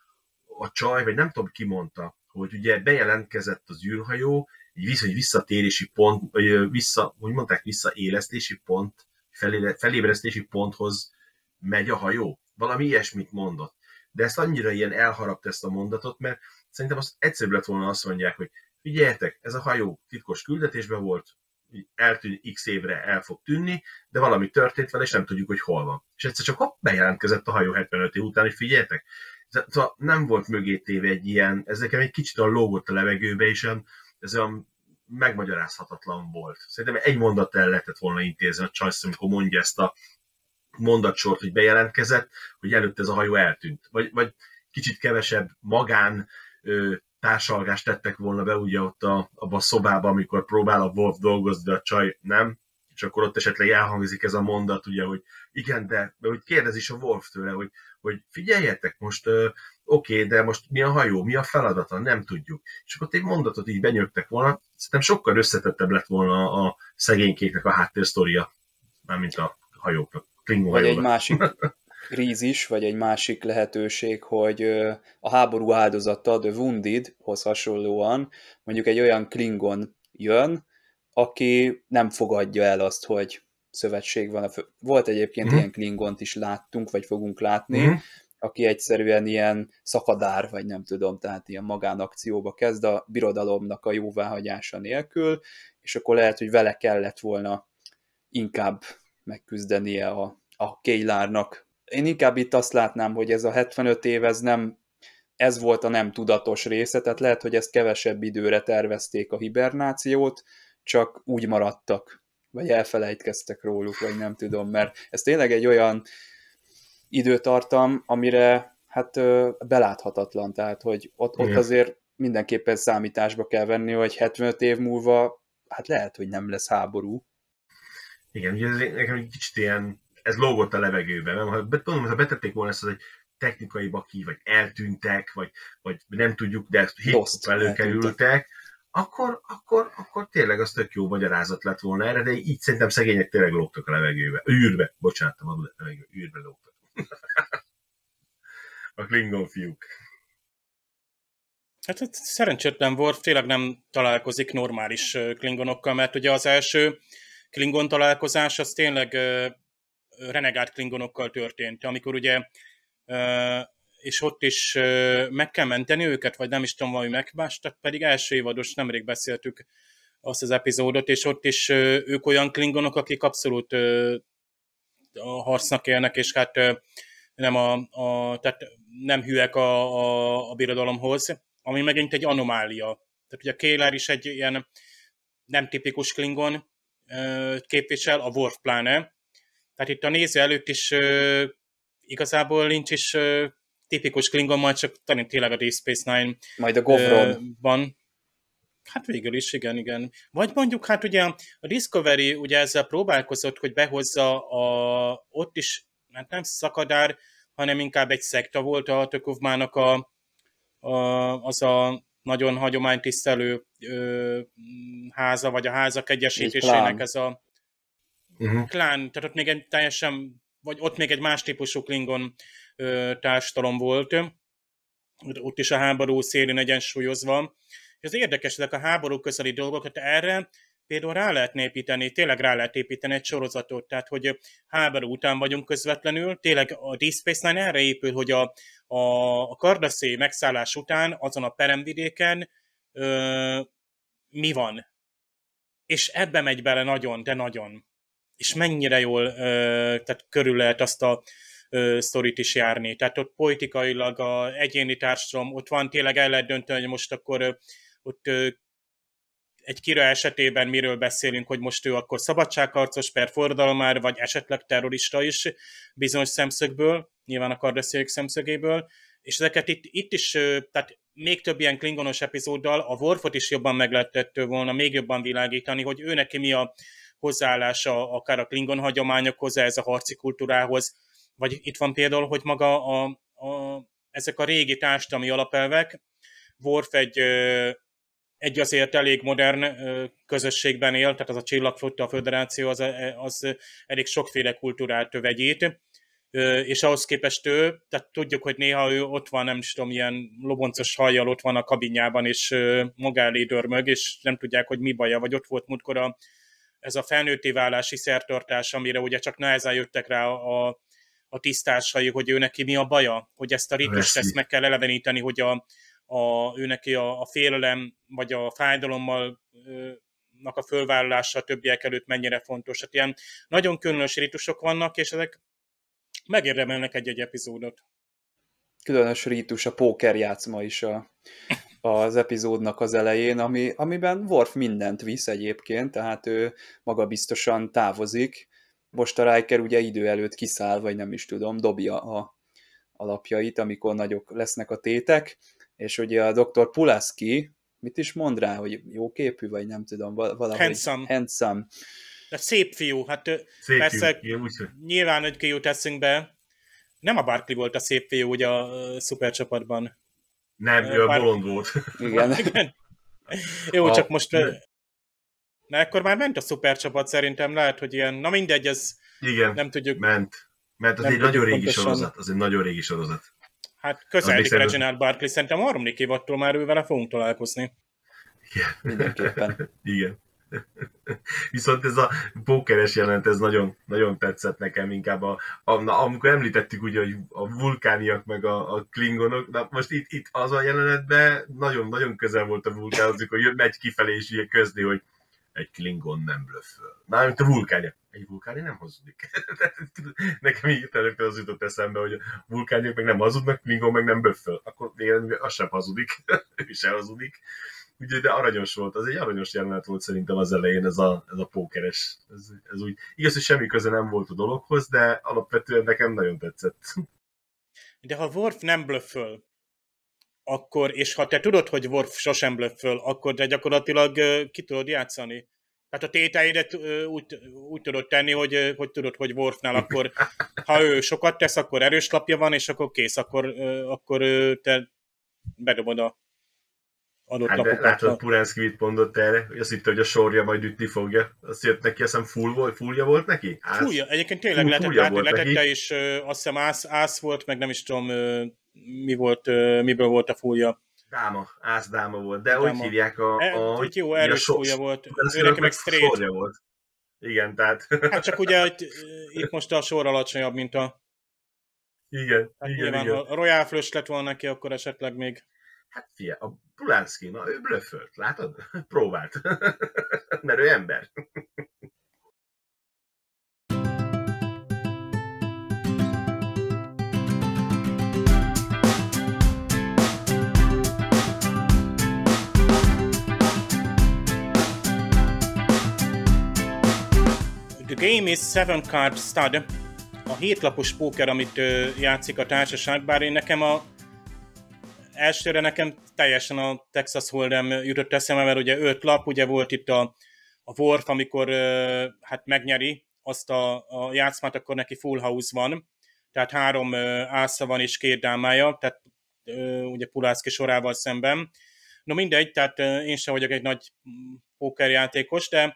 a csaj, vagy nem tudom ki mondta, hogy ugye bejelentkezett az űrhajó, egy visszatérési pont, hogy mondták, visszaélesztési pont, felébresztési ponthoz megy a hajó. Valami ilyesmit mondott. De ezt annyira ilyen elharapt ezt a mondatot, mert szerintem azt egyszerűbb lett volna azt mondják, hogy figyeljetek, ez a hajó titkos küldetésben volt, eltűn x évre el fog tűnni, de valami történt vele, és nem tudjuk, hogy hol van. És egyszer csak hopp, bejelentkezett a hajó 75 év után, hogy figyeljetek, szóval nem volt mögé téve egy ilyen, ez nekem egy kicsit a lógott a levegőbe, és ez olyan megmagyarázhatatlan volt. Szerintem egy mondat el lehetett volna intézni a Csajsz, amikor mondja ezt a mondatsort, hogy bejelentkezett, hogy előtte ez a hajó eltűnt. Vagy kicsit kevesebb magán társalgást tettek volna be ugye ott abban a szobában, amikor próbál a Worf dolgozni, de a csaj nem, és akkor ott esetleg elhangzik ez a mondat, ugye, hogy igen, de hogy kérdez is a Worf tőle, hogy figyeljetek, most oké, de most mi a hajó, mi a feladata, nem tudjuk. És akkor egy mondatot így benyögtek volna, szerintem sokkal összetettebb lett volna a szegénykéknek a háttérsztoria, mármint a hajóknak. Vagy egy másik krízis, vagy egy másik lehetőség, hogy a háború áldozata, The Woundedhoz hasonlóan mondjuk egy olyan Klingon jön, aki nem fogadja el azt, hogy szövetség van. Volt egyébként ilyen Klingont is láttunk, vagy fogunk látni, aki egyszerűen ilyen szakadár, vagy nem tudom, tehát ilyen magánakcióba kezd a birodalomnak a jóváhagyása nélkül, és akkor lehet, hogy vele kellett volna inkább megküzdenie a Keylárnak. Én inkább itt azt látnám, hogy ez a 75 év, ez volt a nem tudatos része, tehát lehet, hogy ezt kevesebb időre tervezték a hibernációt, csak úgy maradtak, vagy elfelejtkeztek róluk, vagy nem tudom, mert ez tényleg egy olyan időtartam, amire hát beláthatatlan, tehát hogy ott azért mindenképpen számításba kell venni, hogy 75 év múlva hát lehet, hogy nem lesz háború. Igen, ugye ez nekem egy kicsit ilyen, ez lógott a levegőben, ha betették volna ezt, hogy technikai baki, vagy eltűntek, vagy nem tudjuk, de ezt hét előkerültek, akkor tényleg az tök jó magyarázat lett volna erre, de így szerintem szegények tényleg lógtak a levegőbe. Űrbe, bocsánat, űrbe lógtak. A Klingon fiúk. Hát szerencsétlen Worf tényleg nem találkozik normális Klingonokkal, mert ugye az első Klingon találkozás az tényleg renegált Klingonokkal történt, amikor ugye és ott is meg kell menteni őket, vagy nem is tudom, valami megbástak, pedig első évados, nemrég beszéltük azt az epizódot, és ott is ők olyan Klingonok, akik abszolút a harcnak élnek, és hát tehát nem hűek a birodalomhoz, ami megint egy anomália. Tehát ugye a Keylar is egy ilyen nem tipikus Klingon képvisel, a Worf pláne. Tehát itt a néző előtt is igazából nincs is tipikus Klingon, majd csak tényleg a Deep Space Nine majd a Govron. Hát végül is, igen. Vagy mondjuk, hát ugye a Discovery ugye ezzel próbálkozott, hogy behozza ott is, hát nem szakadár, hanem inkább egy szekta volt a Tökovmának az a nagyon hagyománytisztelő háza, vagy a házak egyesítésének ez a klán, tehát ott még egy teljesen, vagy ott még egy más típusú Klingon társadalom volt, ott is a háború szélén egyensúlyozva. És az érdekes, ezek a háború közeli dolgok, hát erre például rá lehet építeni, tényleg rá lehet építeni egy sorozatot, tehát hogy háború után vagyunk közvetlenül, tényleg a Deep Space Nine erre épül, hogy a Cardassian megszállás után azon a peremvidéken mi van. És ebbe megy bele nagyon, de nagyon. És mennyire jól tehát körül lehet azt a sztorit is járni. Tehát ott politikailag a egyéni társadalom, ott van, tényleg el lehet dönteni, hogy most akkor ott egy Kira esetében miről beszélünk, hogy most ő akkor szabadságharcos per forradalmár, vagy esetleg terrorista is bizonyos szemszögből, nyilván a Cardassianek szemszögéből, és ezeket itt is, tehát még több ilyen klingonos epizóddal a Worfot is jobban meg lehetett volna még jobban világítani, hogy ő neki mi a hozzáállása akár a klingon hagyományokhoz, ez a harci kultúrához, vagy itt van például, hogy maga ezek a régi társadalmi alapelvek, Worf egy azért elég modern közösségben él, tehát az a Csillagflotta, a Föderáció, az elég sokféle kultúrát vegyít, és ahhoz képest tehát tudjuk, hogy néha ő ott van, nem is tudom, ilyen loboncos hajjal ott van a kabinjában, és maga elé dörmög, és nem tudják, hogy mi baja, vagy ott volt múltkor ez a felnőtté válási szertartás, amire ugye csak nehezen jöttek rá a tisztársai, hogy ő neki mi a baja, hogy ezt a ritust ezt meg kell eleveníteni, hogy ő neki a félelem, vagy a fájdalommal a fölvállalása a többiek előtt mennyire fontos. Hát ilyen nagyon különös ritusok vannak, és ezek megérdemelnek egy-egy epizódot. Különös rítus a pókerjátszma is az epizódnak az elején, amiben Worf mindent visz egyébként, tehát ő magabiztosan távozik. Most a Riker ugye idő előtt kiszáll, vagy nem is tudom, dobja a alapjait, amikor nagyok lesznek a tétek, és ugye a Dr. Pulaski mit is mond rá, hogy jóképű, vagy nem tudom, valahogy handsome. De szép fiú, hát szép persze fiú, nyilván, hogy ki jut eszünkbe, nem a Barclay volt a szép fiú ugye a szupercsapatban. Nem, ő a bolond volt. Igen. Jó, csak most na, akkor már ment a szupercsapat szerintem, lehet, hogy ilyen, na mindegy, ez igen, nem tudjuk. Ment. Mert az egy nagyon régi sorozat, az egy nagyon régi sorozat. Hát közeledik Reginald Barclay, szerintem a harmadik évattól már ő vele fogunk találkozni. Igen. Mindenképpen. Igen. Viszont ez a pókeres jelenet, ez nagyon, nagyon tetszett nekem inkább. Amikor említettük ugye, hogy a vulkániak meg a klingonok, na most itt az a jelenetben nagyon-nagyon közel volt a vulkánhoz, hogy megy kifelé és ugye közli, hogy egy klingon nem blöfföl. Mármint a vulkánia. Egy vulkáni nem hazudik. Nekem így rögtön az jutott eszembe, hogy a vulkániak meg nem hazudnak, klingon meg nem blöfföl. Akkor végül az sem hazudik. Ő sem hazudik. Ugye, de aranyos volt. Az egy aranyos jelenet volt szerintem az elején ez a pókeres. Ez úgy, igaz, hogy semmi köze nem volt a dologhoz, de alapvetően nekem nagyon tetszett. De ha Worf nem blöfföl, akkor, és ha te tudod, hogy Worf sosem blöfföl, akkor de gyakorlatilag ki tudod játszani. Tehát a tételeidet úgy tudod tenni, hogy tudod, hogy Worfnál akkor, ha ő sokat tesz, akkor erős lapja van, és akkor kész, akkor te bedobod a adott hát lapokat. Látod, Puranski mit mondott erre, hogy azt hitte, hogy a sorja majd ütni fogja. Azt jött neki, azt hiszem fullja volt neki? Fúlja, egyébként tényleg letette, és azt hiszem ász volt, meg nem is tudom, miből volt a fúlja. Ászdáma volt, de úgy hívják hogy jó, erős fúlja volt. Ő neki meg straight. Volt. Igen, tehát... Hát csak ugye itt most a sor alacsonyabb, mint a... Igen, hát igen. A Royal Flush lett volna neki, akkor esetleg még... Hát figyelj, a Pulanski, na ő blöffölt, látod? Próbált. Mert ő ember. The game is 7 card stud. A 7 lapos póker, amit játszik a társaság, bár én nekem elsőre nekem teljesen a Texas Hold'em jutott eszembe, mert ugye 5 lap, ugye volt itt a Worf, amikor hát megnyeri azt a játszmát, akkor neki full house van, tehát 3 ásza van és 2 dámája, tehát ugye Pulaski sorával szemben. No mindegy, tehát én sem vagyok egy nagy pókerjátékos, de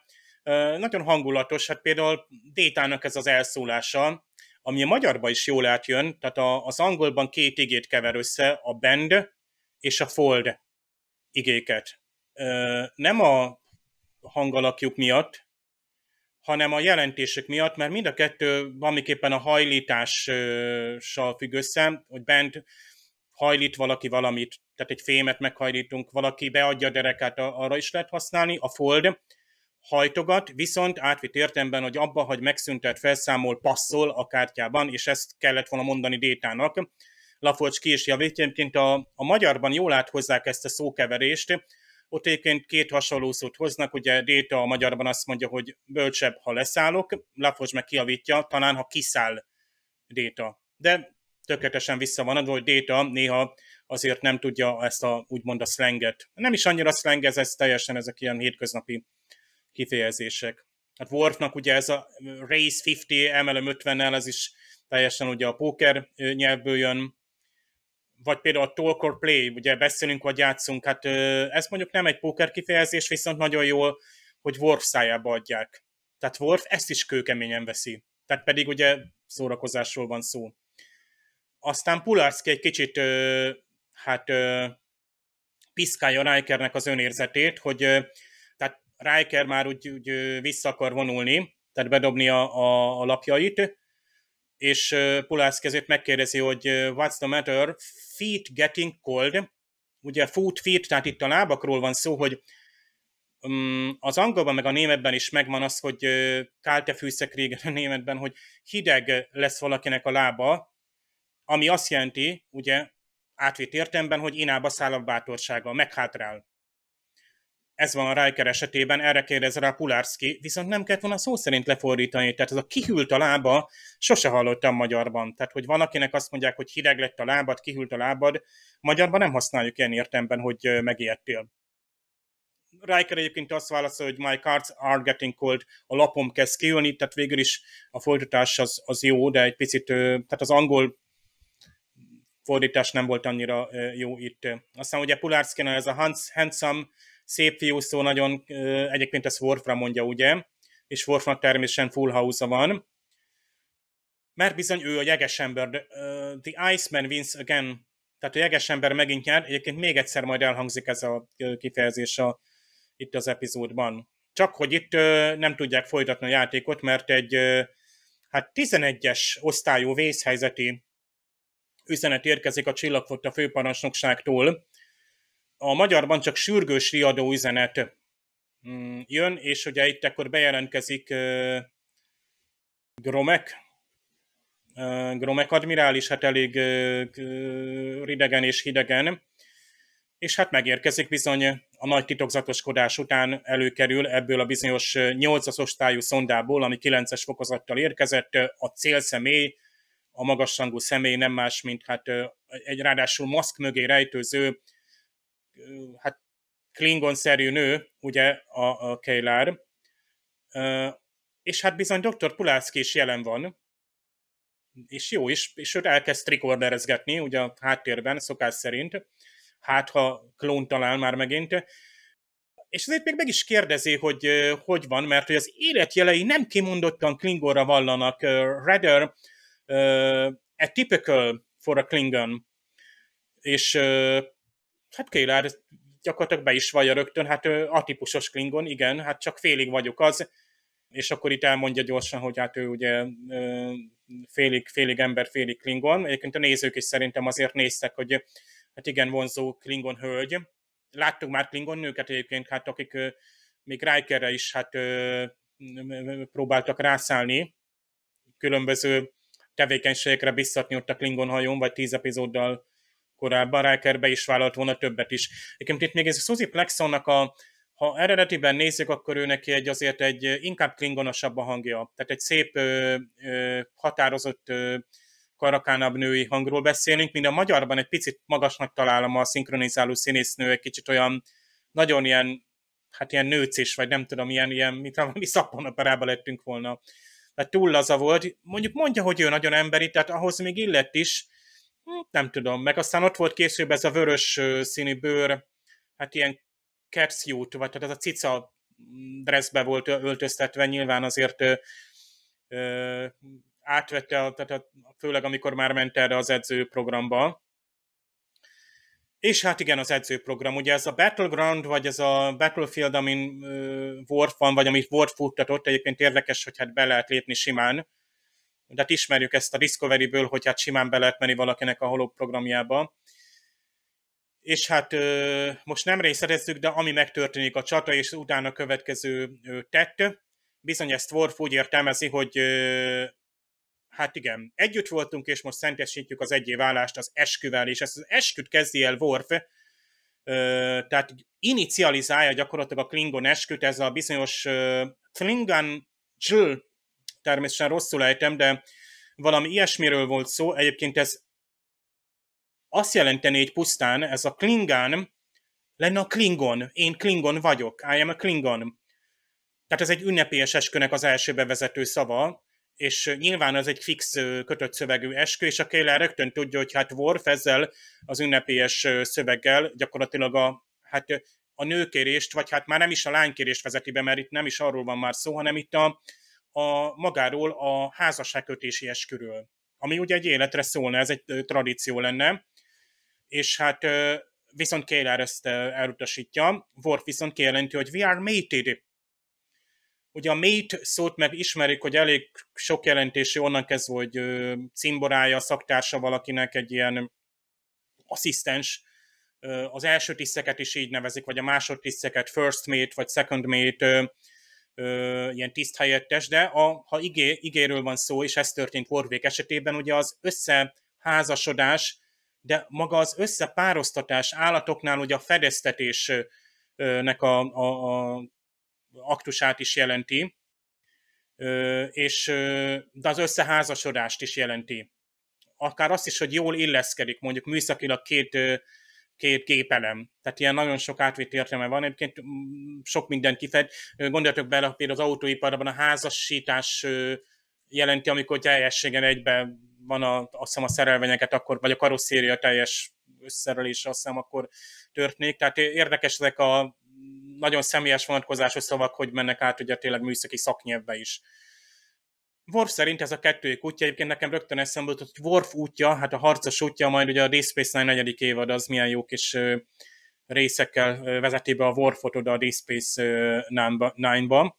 Nagyon hangulatos, hát például Détának ez az elszólása, ami a magyarban is jól átjön, tehát az angolban 2 igét kever össze, a bend és a fold igéket. Nem a hangalakjuk miatt, hanem a jelentések miatt, mert mind a kettő valamiképpen a hajlítással függ össze, hogy bent hajlít valaki valamit, tehát egy fémet meghajlítunk, valaki beadja a derekát, arra is lehet használni, a fold hajtogat, viszont átvitt értelemben, hogy abba, hogy megszüntet, felszámol, passzol a kártyában, és ezt kellett volna mondani Détának. Laforcs ki is javítja, egyébként a magyarban jól áthozzák ezt a szókeverést, ott egyébként 2 hasonló szót hoznak, ugye Déta a magyarban azt mondja, hogy bölcsebb, ha leszállok, Laforcs meg kijavítja, talán ha kiszáll Déta. De tökéletesen vissza van adva, hogy Déta néha azért nem tudja ezt úgymond a szlenget. Nem is annyira szleng, ez teljesen ezek ilyen hétköznapi kifejezések. Hát Worfnak ugye ez a Race 50, emelem 50-nel, ez is teljesen ugye a póker nyelvből jön, vagy például a talk or play, ugye beszélünk vagy játszunk, hát ez mondjuk nem egy póker kifejezés, viszont nagyon jól, hogy Worf szájába adják. Tehát Worf ezt is kőkeményen veszi. Tehát pedig ugye szórakozásról van szó. Aztán Pulaski egy kicsit piszkálja Rikernek az önérzetét, hogy tehát Riker már úgy vissza akar vonulni, tehát bedobni a lapjait, és Pulaski ezért megkérdezi, hogy what's the matter, feet getting cold, ugye feet, tehát itt a lábakról van szó, hogy az angolban meg a németben is megvan az, hogy kalte Füße kriegen a németben, hogy hideg lesz valakinek a lába, ami azt jelenti, ugye átvitt értelemben, hogy inába száll a bátorsága, meghátrál. Ez van a Riker esetében, erre kérdez rá Pulaski, viszont nem kellett volna szó szerint lefordítani, tehát ez a kihűlt a lába, sose hallottam magyarban. Tehát, hogy van, akinek azt mondják, hogy hideg lett a lábad, kihűlt a lábad, magyarban nem használjuk ilyen értelemben, hogy megijedtél. Riker egyébként azt válaszol, hogy my cards are getting cold, a lapom kezd kiülni, tehát végül is a fordítás az jó, de egy picit, tehát az angol fordítás nem volt annyira jó itt. Aztán ugye Pulaski-nál ez a handsome, szép fiú szó nagyon, egyébként ezt Worfra mondja, ugye, és Worfnak természetesen full house-a van, mert bizony ő a jegesember, the Iceman wins again, tehát a jegesember megint nyer, egyébként még egyszer majd elhangzik ez a kifejezés itt az epizódban. Csak hogy itt nem tudják folytatni a játékot, mert egy 11-es osztályú vészhelyzeti üzenet érkezik a Csillagflotta főparancsnokságtól. A magyarban csak sürgős riadó üzenet jön, és ugye itt akkor bejelentkezik Gromek admirális, hát elég ridegen és hidegen, és hát megérkezik bizony a nagy titokzatoskodás után előkerül ebből a bizonyos 8-as osztályú szondából, ami 9-es fokozattal érkezett, a célszemély, a magasrangú személy nem más, mint hát egy ráadásul maszk mögé rejtőző, hát Klingon-szerű nő, ugye a Keylar, és hát bizony Dr. Pulaski is jelen van, és jó is, és őt elkezd tricorderezgetni, ugye a háttérben, szokás szerint, hát ha klón talál már megint, és azért még meg is kérdezi, hogy van, mert hogy az életjelei nem kimondottan Klingonra vallanak, rather a typical for a Klingon, és hát Keylar gyakorlatilag be is vallja rögtön, hát atípusos Klingon, igen, hát csak félig vagyok az, és akkor itt elmondja gyorsan, hogy hát ő ugye félig ember, félig Klingon. Egyébként a nézők is szerintem azért néztek, hogy hát igen, vonzó Klingon hölgy. Láttuk már Klingon nőket egyébként, hát akik még Rikerre is hát próbáltak rászállni, különböző tevékenységekre biztatni ott a Klingon hajón, vagy 10 epizóddal korábban. Riker be is vállalt volna többet is. Egyébként itt még ez a Suzy Plexonnak ha eredetiben nézzük, akkor ő neki azért egy inkább klingonosabb a hangja. Tehát egy szép, határozott, karakánabb női hangról beszélünk, mind a magyarban egy picit magasnak találom a szinkronizáló színésznő, egy kicsit olyan, nagyon ilyen, hát ilyen nőcis, vagy nem tudom, ilyen mint valami szappanoperába lettünk volna. Tehát túl laza volt. Mondjuk mondja, hogy ő nagyon emberi, tehát ahhoz még illett is, nem tudom. Meg aztán ott volt később ez a vörös színű bőr, hát ilyen catsuit, vagy tehát ez a cica dressbe volt öltöztetve, nyilván azért átvette, tehát főleg amikor már ment erre az edzőprogramba. És hát igen, az edzőprogram. Ugye ez a Battleground, vagy ez a Battlefield, amin Worf van, vagy amit Worf futtatott, egyébként érdekes, hogy hát be lehet lépni simán. De hát ismerjük ezt a Discovery-ből, hogy hát simán be lehet menni valakinek a hologramjába. És hát most nem részletezzük, de ami megtörténik a csata, és utána következő tett, bizony ezt Worf úgy értelmezi, hogy hát igen, együtt voltunk, és most szentesítjük az egyé válást az esküvel, és ezt az esküt kezdi el Worf, tehát inicializálja gyakorlatilag a Klingon esküt, ez a bizonyos Klingon Jl, természetesen rosszul ejtem, de valami ilyesmiről volt szó, egyébként ez azt jelenteni, hogy pusztán ez a Klingon lenne a Klingon, én Klingon vagyok, I am a Klingon. Tehát ez egy ünnepélyes eskünek az első bevezető szava, és nyilván ez egy fix kötött szövegű eskü, és a Kayla rögtön tudja, hogy hát Worf ezzel az ünnepélyes szöveggel gyakorlatilag a nőkérést, vagy hát már nem is a lánykérést vezeti be, mert itt nem is arról van már szó, hanem itt a magáról a házasságkötési esküről, ami ugye egy életre szólna, ez egy tradíció lenne, és hát viszont Kayla ezt elutasítja, Worf viszont kijelenti, hogy we are mated. Ugye a mate szót meg ismerik, hogy elég sok jelentésű, onnan kezdve, hogy cimborája, szaktársa valakinek, egy ilyen asszisztens. Az első tiszteket is így nevezik, vagy a másodtiszteket first mate, vagy second mate, ilyen tiszthelyettes, de ha igéről van szó, és ez történt Worfék esetében, ugye az összeházasodás, de maga az összepároztatás állatoknál ugye a fedeztetésnek a aktusát is jelenti, de az összeházasodást is jelenti. Akár azt is, hogy jól illeszkedik, mondjuk műszakilag két gépelem. Tehát ilyen nagyon sok átvitt értelme van. Egyébként sok mindent kifejt. Gondoljatok bele, például az autóiparban a házasítás jelenti, amikor teljességen egyben van azt hiszem a szerelvényeket, akkor, vagy a karosszéria teljes összerelése, azt hiszem akkor történik. Tehát érdekes ezek a nagyon személyes vonatkozású szavak, hogy mennek át ugye tényleg műszaki szaknyelvbe is. Worf szerint ez a kettőjük útja, egyébként nekem rögtön eszembe jutott, hogy Worf útja, hát a harcos útja, majd ugye a Deep Space Nine 4. évad, az milyen jó kis részekkel vezeti be a Worfot oda a Deep Space Nine-ba.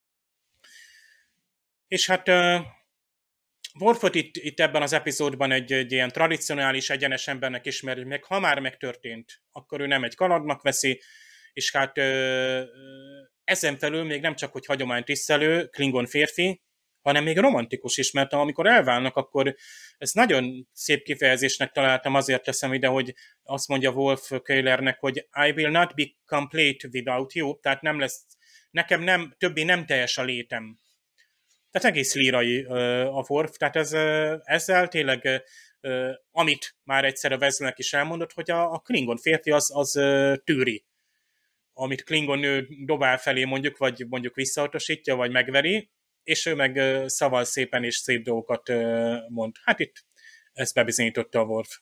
És hát Worfot itt ebben az epizódban egy ilyen tradicionális, egyenes embernek ismerjük meg, ha már megtörtént, akkor ő nem egy kalandnak veszi, és hát ezen felül még nem csak, hogy hagyománytisztelő, Klingon férfi, hanem még romantikus is, mert amikor elválnak, akkor ezt nagyon szép kifejezésnek találtam, azért teszem ide, hogy azt mondja Worf Kaylernek, hogy I will not be complete without you, tehát nem lesz, nekem többé nem teljes a létem. Tehát egész lírai a Worf, tehát ezzel tényleg, amit már egyszer a Wesleynek is elmondott, hogy a Klingon férfi az tűri. Amit Klingon nő dobál felé mondjuk, vagy mondjuk visszautasítja, vagy megveri, és ő meg szaval szépen és szép dolgokat mond. Hát itt ezt bebizonyította a Worf.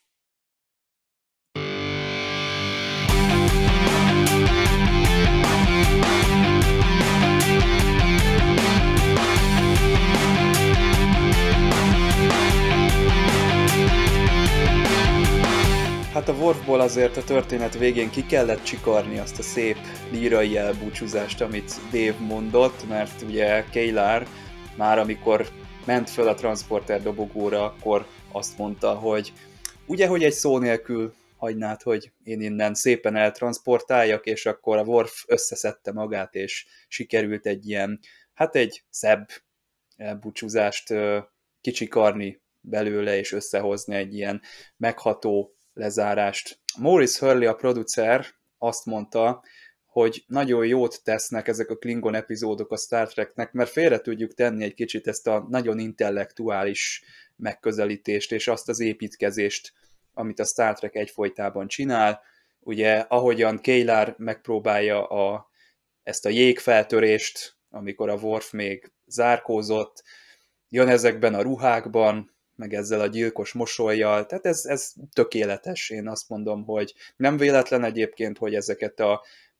Hát a Worfból azért a történet végén ki kellett csikarni azt a szép lírai elbúcsúzást, amit Dave mondott, mert ugye Kaylar már amikor ment föl a transporter dobogóra, akkor azt mondta, hogy ugye, hogy egy szó nélkül hagynád, hogy én innen szépen eltransportáljak, és akkor a Worf összeszedte magát, és sikerült egy ilyen, hát egy szebb elbúcsúzást kicsikarni belőle, és összehozni egy ilyen megható lezárást. Maurice Hurley, a producer azt mondta, hogy nagyon jót tesznek ezek a Klingon epizódok a Star Treknek, mert félre tudjuk tenni egy kicsit ezt a nagyon intellektuális megközelítést, és azt az építkezést, amit a Star Trek egyfolytában csinál. Ugye, ahogyan Kaylar megpróbálja ezt a jégfeltörést, amikor a Worf még zárkózott, jön ezekben a ruhákban, meg ezzel a gyilkos mosollyal, tehát ez tökéletes, én azt mondom, hogy nem véletlen egyébként, hogy ezeket a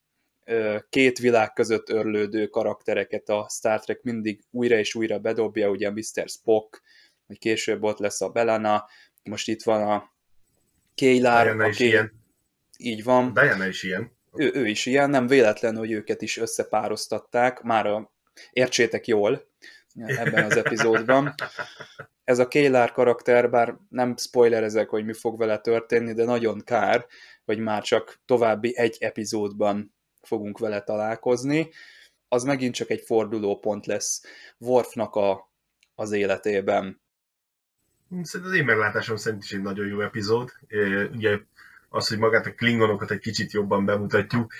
két világ között örlődő karaktereket a Star Trek mindig újra és újra bedobja, ugye Mr. Spock, hogy később ott lesz a B'Elanna, most itt van a Keylar, Diana is ilyen. Így van. Diana is ilyen. Ő is ilyen, nem véletlen, hogy őket is összepároztatták, már értsétek jól ebben az epizódban. Ez a Keylar karakter, bár nem spoilerezek, hogy mi fog vele történni, de nagyon kár, hogy már csak további egy epizódban fogunk vele találkozni. Az megint csak egy fordulópont lesz Worfnak az életében. Szerintem az én meglátásom szerint is egy nagyon jó epizód. Ugye az, hogy magát a klingonokat egy kicsit jobban bemutatjuk.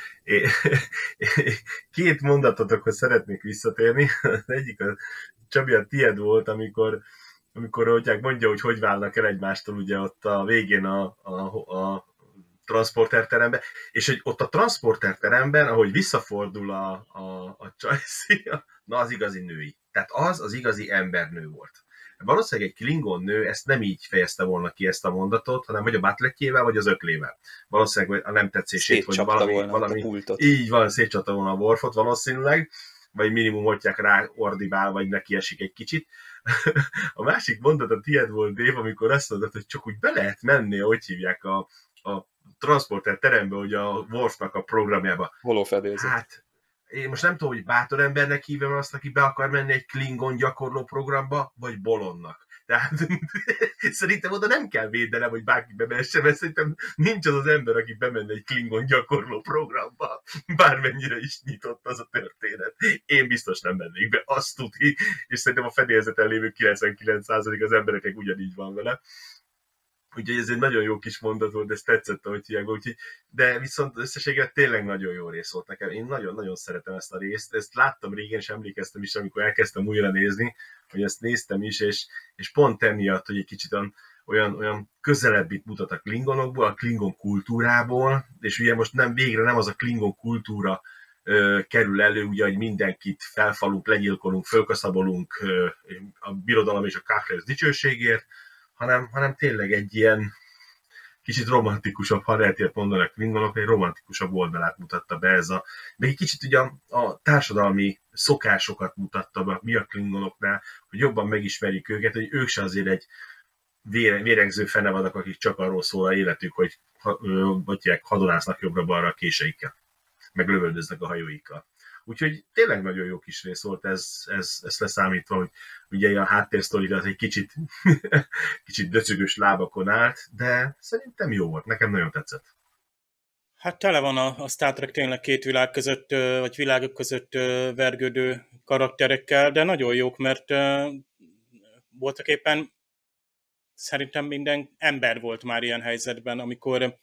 Két mondatotokhoz szeretnék visszatérni. Az egyik a Csabi, a tied volt, amikor mondja, hogy válnak el egymástól ugye ott a végén a transporterteremben, és hogy ott a transporterteremben, ahogy visszafordul a Csajci, na az igazi női. Tehát az igazi embernő volt. Valószínűleg egy klingon nő ezt nem így fejezte volna ki ezt a mondatot, hanem vagy a butletjével, vagy az öklével. Valószínűleg a nem tetszését, hogy valami így van, szétcsapta volna a Worfot valószínűleg, vagy minimum ottják rá ordibál, vagy neki esik egy kicsit. A másik mondat a tied volt, Dave, amikor azt mondod, hogy csak úgy be lehet menni, hogy hívják a transporter terembe, hogy a Worfnak a programjába. Holófedélzet. Hát, én most nem tudom, hogy bátor embernek hívom azt, aki be akar menni egy Klingon gyakorló programba, vagy bolondnak. Tehát szerintem oda nem kell védelem, hogy bárki bemesse, mert szerintem nincs az az ember, aki bemenne egy Klingon gyakorló programba, bármennyire is nyitott az a történet. Én biztos nem mennék be, azt tudni, és szerintem a fedélzeten lévő 99% az embereknek ugyanígy van vele. Úgyhogy ez egy nagyon jó kis mondat volt, de ezt tetszett, ahogy hívják, úgyhogy, de viszont összességében tényleg nagyon jó rész volt nekem. Én nagyon-nagyon szeretem ezt a részt. Ezt láttam régen, és emlékeztem is, amikor elkezdtem újra nézni, hogy ezt néztem is, és pont emiatt, hogy egy kicsit olyan közelebbit mutat a klingonokból, a klingon kultúrából, és ugye most végre nem az a klingon kultúra kerül elő, ugye, hogy mindenkit felfalunk, legyilkolunk, fölkaszabolunk a birodalom és a Kákles dicsőségért, hanem tényleg egy ilyen kicsit romantikusabb, ha lehet ilyet mondani a klingonok, egy romantikusabb oldalát mutatta be de egy kicsit ugye a társadalmi szokásokat mutatta be, mi a klingonoknál, hogy jobban megismerjük őket, hogy ők se azért egy vérengző fenevadak, akik csak arról szól a életük, hogy hadonásznak jobbra-balra a késeikkel, meg lövöldöznek a hajóikkal. Úgyhogy tényleg nagyon jó kis rész volt ez leszámítva, hogy ugye a háttérsztoridat egy kicsit döcögös lábakon állt, de szerintem jó volt, nekem nagyon tetszett. Hát tele van a Star Trek tényleg két világ között, vagy világok között vergődő karakterekkel, de nagyon jók, mert voltak éppen szerintem minden ember volt már ilyen helyzetben, amikor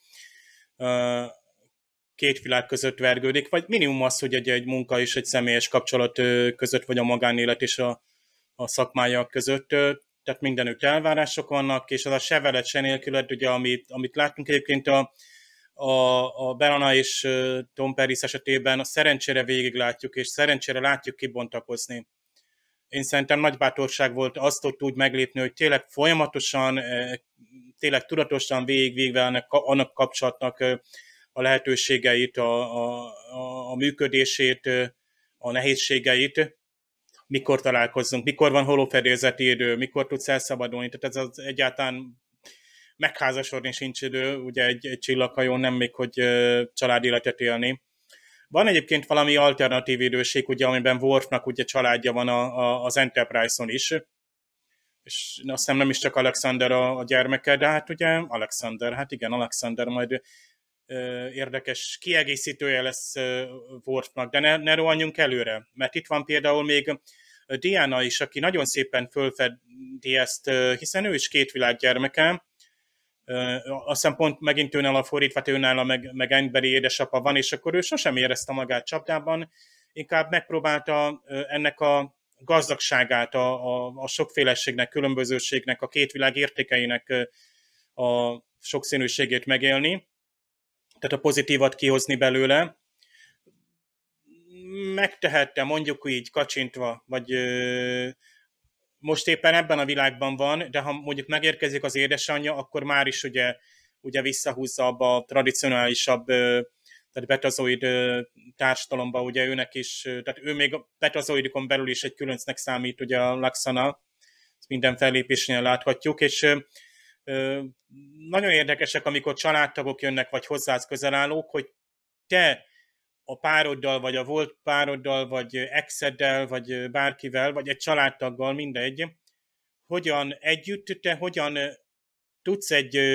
két világ között vergődik, vagy minimum az, hogy egy munka és egy személyes kapcsolat között, vagy a magánélet és a szakmája között, tehát mindenütt elvárások vannak, és az a se veled, se nélküled, ugye, amit láttunk egyébként a B'Elanna és Tom Paris esetében, a szerencsére végig látjuk, és szerencsére látjuk kibontakozni. Én szerintem nagy bátorság volt azt ott úgy meglépni, hogy tényleg folyamatosan, tényleg tudatosan végigvéve annak kapcsolatnak a lehetőségeit, a működését, a nehézségeit, mikor találkozzunk, mikor van holófedélzeti idő, mikor tudsz elszabadulni, tehát ez az egyáltalán megházasodni sincs idő, ugye egy csillaghajón nem még, hogy családéletet élni. Van egyébként valami alternatív időség, ugye, amiben Worfnak ugye családja van az Enterprise-on is, és azt hiszem nem is csak Alexander a gyermeke, de hát ugye Alexander majd érdekes kiegészítője lesz Worfnak, de ne rohanjunk előre, mert itt van például még Diana is, aki nagyon szépen fölfedi ezt, hiszen ő is két világ gyermeke, azt hiszem pont megint őnála fordítva, őnála meg emberi édesapa van, és akkor ő sosem érezte magát csapdában, inkább megpróbálta ennek a gazdagságát, a sokféleségnek, különbözőségnek, a két világ értékeinek a sokszínűségét megélni, tehát a pozitívat kihozni belőle. Megtehette, mondjuk így kacsintva, vagy most éppen ebben a világban van, de ha mondjuk megérkezik az édesanyja, akkor már is ugye visszahúzza abba a tradicionálisabb tehát betazoid társadalomban, ugye őnek is, tehát ő még a betazoidikon belül is egy különcnek számít, ugye a Laxana, ezt minden fellépésnél láthatjuk, és nagyon érdekesek, amikor családtagok jönnek, vagy hozzád közel állók, hogy te a pároddal, vagy a volt pároddal, vagy exeddel, vagy bárkivel, vagy egy családtaggal, mindegy, hogyan együtt, te hogyan tudsz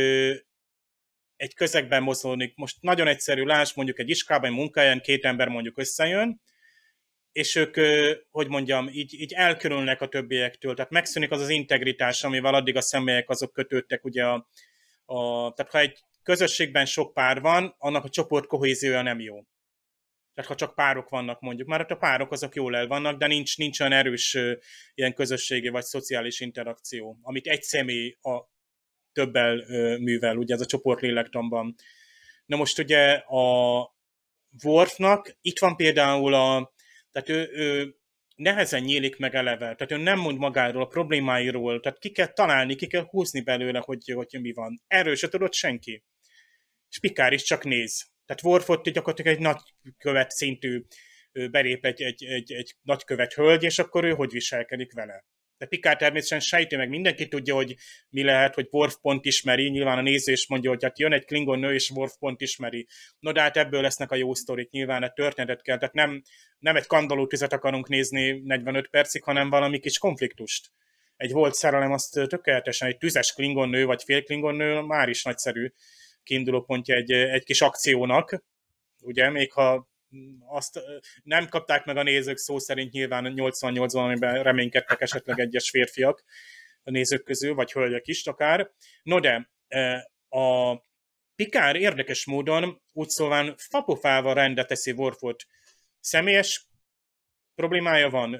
egy közegben mozogni. Most nagyon egyszerű, lásd, mondjuk egy iskában, egy munkahelyen 2 ember mondjuk összejön, és ők, hogy mondjam, így elkülönülnek a többiektől, tehát megszűnik az az integritás, amivel addig a személyek azok kötődtek, ugye tehát ha egy közösségben sok pár van, annak a csoport kohéziója nem jó. Tehát ha csak párok vannak mondjuk, már a párok azok jól el vannak, de nincs olyan erős ilyen közösségi vagy szociális interakció, amit egy személy a többel művel, ugye ez a csoportlélektanban. Na most ugye a Worfnak itt van például tehát ő nehezen nyílik meg eleve, tehát ő nem mond magáról, a problémáiról, tehát ki kell találni, ki kell húzni belőle, hogy mi van. Erről se tudott senki. És Picard is csak néz. Tehát Worfot gyakorlatilag egy nagykövet szintű belép egy nagykövet hölgy, és akkor ő hogy viselkedik vele. De Picard természetesen sejti, meg mindenki tudja, hogy mi lehet, hogy Worf pont ismeri, nyilván a néző is mondja, hogy hát jön egy Klingon nő, és Worf pont ismeri. No, de hát ebből lesznek a jó sztorik, nyilván a történetet kell, tehát nem egy kandallótüzet akarunk nézni 45 percig, hanem valami kis konfliktust. Egy volt szerelem, azt tökéletesen egy tüzes Klingon nő, vagy fél Klingon nő már is nagyszerű kiindulópontja egy kis akciónak, ugye, még ha azt nem kapták meg a nézők szó szerint, nyilván 88-ban, amiben reménykedtek esetleg egyes férfiak a nézők közül, vagy hölgyek is akár. No de a Picard érdekes módon úgy szóval fapofával rendbe teszi Worfot. Személyes problémája van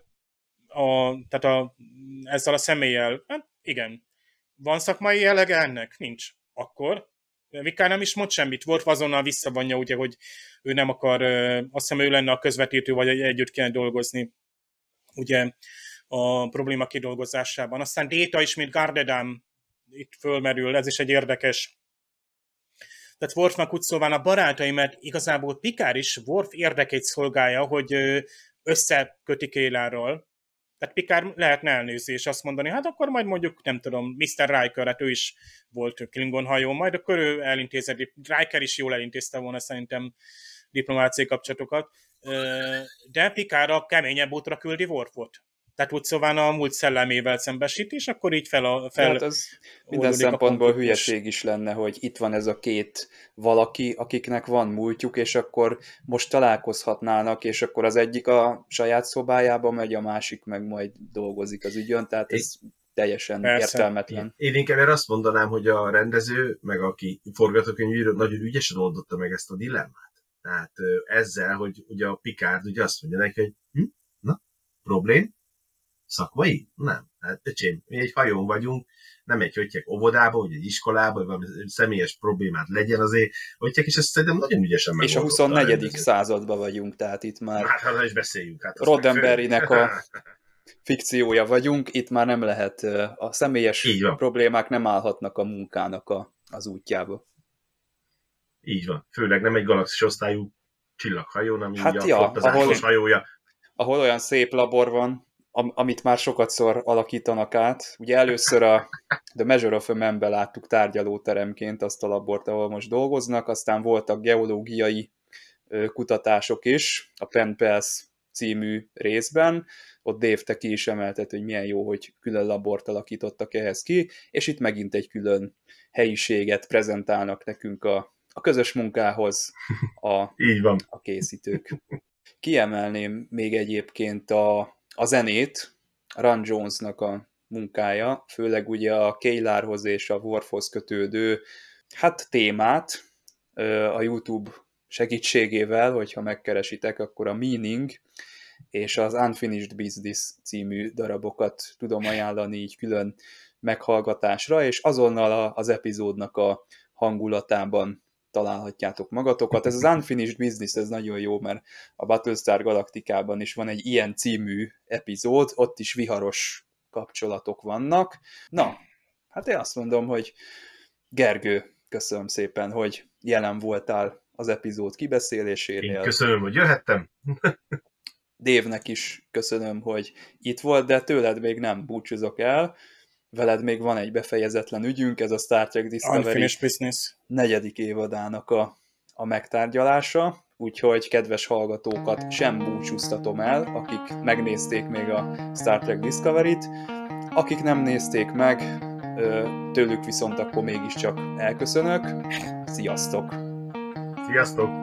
ezzel a személlyel. Hát igen. Van szakmai jellege ennek? Nincs. Akkor Picard nem is mond semmit. Worf azonnal visszavonja, ugye, hogy ő nem akar, azt hiszem ő lenne a közvetítő, vagy együtt kell dolgozni ugye a probléma kidolgozásában. Aztán Data is, mint Gardedam itt fölmerül, ez is egy érdekes. Tehát Worfnak úgy szóval a barátai, mert igazából Picard is Worf érdekét szolgálja, hogy összekötik Kélárral. Tehát Picard lehetne elnézni, és azt mondani, hát akkor majd mondjuk, nem tudom, Mr. Riker, hát ő is volt Klingon hajó, majd akkor ő elintézett, Riker is jól elintézte volna szerintem diplomáciai kapcsolatokat, de Picard a keményebb útra küldi Worfot. Tehát úgy szóval a múlt szellemével szembesít, és akkor így hát az minden szempontból hülyeség is lenne, hogy itt van ez a 2 valaki, akiknek van múltjuk, és akkor most találkozhatnának, és akkor az egyik a saját szobájába megy, a másik meg majd dolgozik az ügyön, tehát ez teljesen értelmetlen. Én inkább erre azt mondanám, hogy a rendező, meg aki forgatókönyvíró nagyon ügyesen oldotta meg ezt a dilemmát. Tehát ezzel, hogy ugye a Picard ugye azt mondja neki, hogy na, problém? Szakmai? Nem. Hát öcsém, mi egy hajón vagyunk, nem egy höttyek óvodába, vagy egy iskolába, vagy valami személyes problémát legyen azért, höttyek, és ezt szerintem nagyon ügyesen megoldotta. És a 24. században vagyunk, tehát itt már hát is beszéljünk. Hát Roddenberrynek a fikciója vagyunk, itt már nem lehet, a személyes problémák nem állhatnak a munkának az útjába. Így van. Főleg nem egy galaxis osztályú csillaghajón, ami hát hajója. Ahol olyan szép labor van, amit már sokatszor alakítanak át. Ugye először a The Measure of a Man-ben láttuk tárgyalóteremként azt a labort, ahol most dolgoznak, aztán voltak geológiai kutatások is, a Penn Pals című részben, ott Dave te ki is emeltet, hogy milyen jó, hogy külön labort alakítottak ehhez ki, és itt megint egy külön helyiséget prezentálnak nekünk a közös munkához Így van. A készítők. Kiemelném még egyébként a zenét, Ron Jonesnak a munkája, főleg ugye a Kélárhoz és a Worfhoz kötődő témát a YouTube segítségével, hogyha megkeresitek, akkor a Meaning és az Unfinished Business című darabokat tudom ajánlani így külön meghallgatásra, és azonnal az epizódnak a hangulatában találhatjátok magatokat. Ez az Unfinished Business, ez nagyon jó, mert a Battlestar Galacticában is van egy ilyen című epizód, ott is viharos kapcsolatok vannak. Na, hát én azt mondom, hogy Gergő, köszönöm szépen, hogy jelen voltál az epizód Én kibeszélésénél. köszönöm, hogy jöhettem. Dave-nek is köszönöm, hogy itt volt, de tőled még nem búcsúzok el. Veled még van egy befejezetlen ügyünk, ez a Star Trek Discovery Unfinished business. 4. évadának a megtárgyalása, úgyhogy kedves hallgatókat sem búcsúztatom el, akik megnézték még a Star Trek Discovery-t, akik nem nézték meg, tőlük viszont akkor mégiscsak elköszönök. Sziasztok! Sziasztok!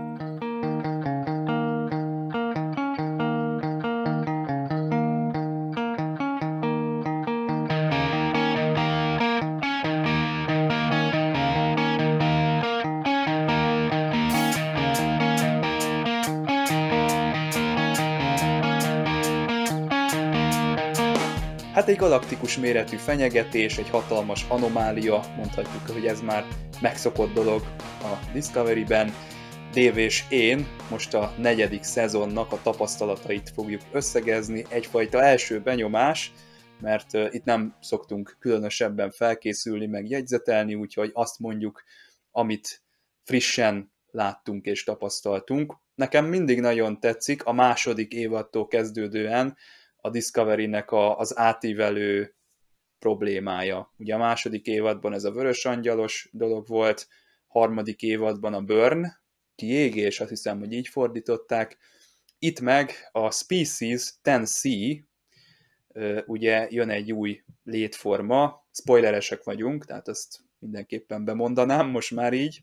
Hát egy galaktikus méretű fenyegetés, egy hatalmas anomália, mondhatjuk, hogy ez már megszokott dolog a Discovery-ben. Dave és én most a 4. szezonnak a tapasztalatait fogjuk összegezni, egyfajta első benyomás, mert itt nem szoktunk különösebben felkészülni, meg jegyzetelni, úgyhogy azt mondjuk, amit frissen láttunk és tapasztaltunk. Nekem mindig nagyon tetszik, a 2. évadtól kezdődően a Discovery-nek az átívelő problémája. Ugye a 2. évadban ez a vörös angyalos dolog volt, 3. évadban a Burn, kiégés, azt hiszem, hogy így fordították. Itt meg a Species 10C, ugye jön egy új létforma, spoileresek vagyunk, tehát ezt mindenképpen bemondanám most már így,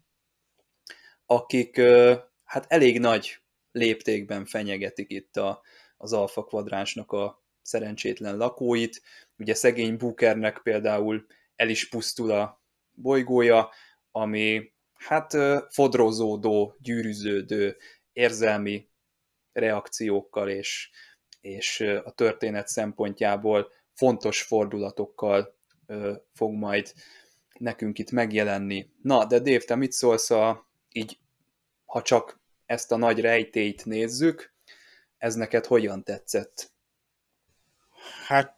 akik hát elég nagy léptékben fenyegetik itt az Alpha kvadránsnak a szerencsétlen lakóit. Ugye szegény Bookernek például el is pusztul a bolygója, ami hát fodrozódó, gyűrűződő érzelmi reakciókkal és a történet szempontjából fontos fordulatokkal fog majd nekünk itt megjelenni. Na, de Dave, te mit szólsz így, ha csak ezt a nagy rejtélyt nézzük, ez neked hogyan tetszett? Hát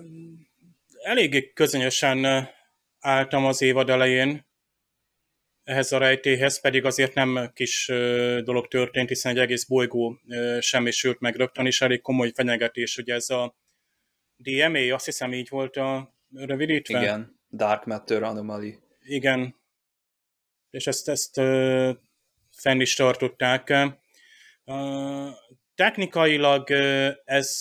eléggé közönösen álltam az évad elején ehhez a rejtélyhez, pedig azért nem kis dolog történt, hiszen egy egész bolygó semmisült meg rögtön, is elég komoly fenyegetés, ugye ez a DMA, azt hiszem így volt a rövidítve. Igen, Dark Matter Anomaly. Igen, és ezt fenn is tartották. Technikailag ez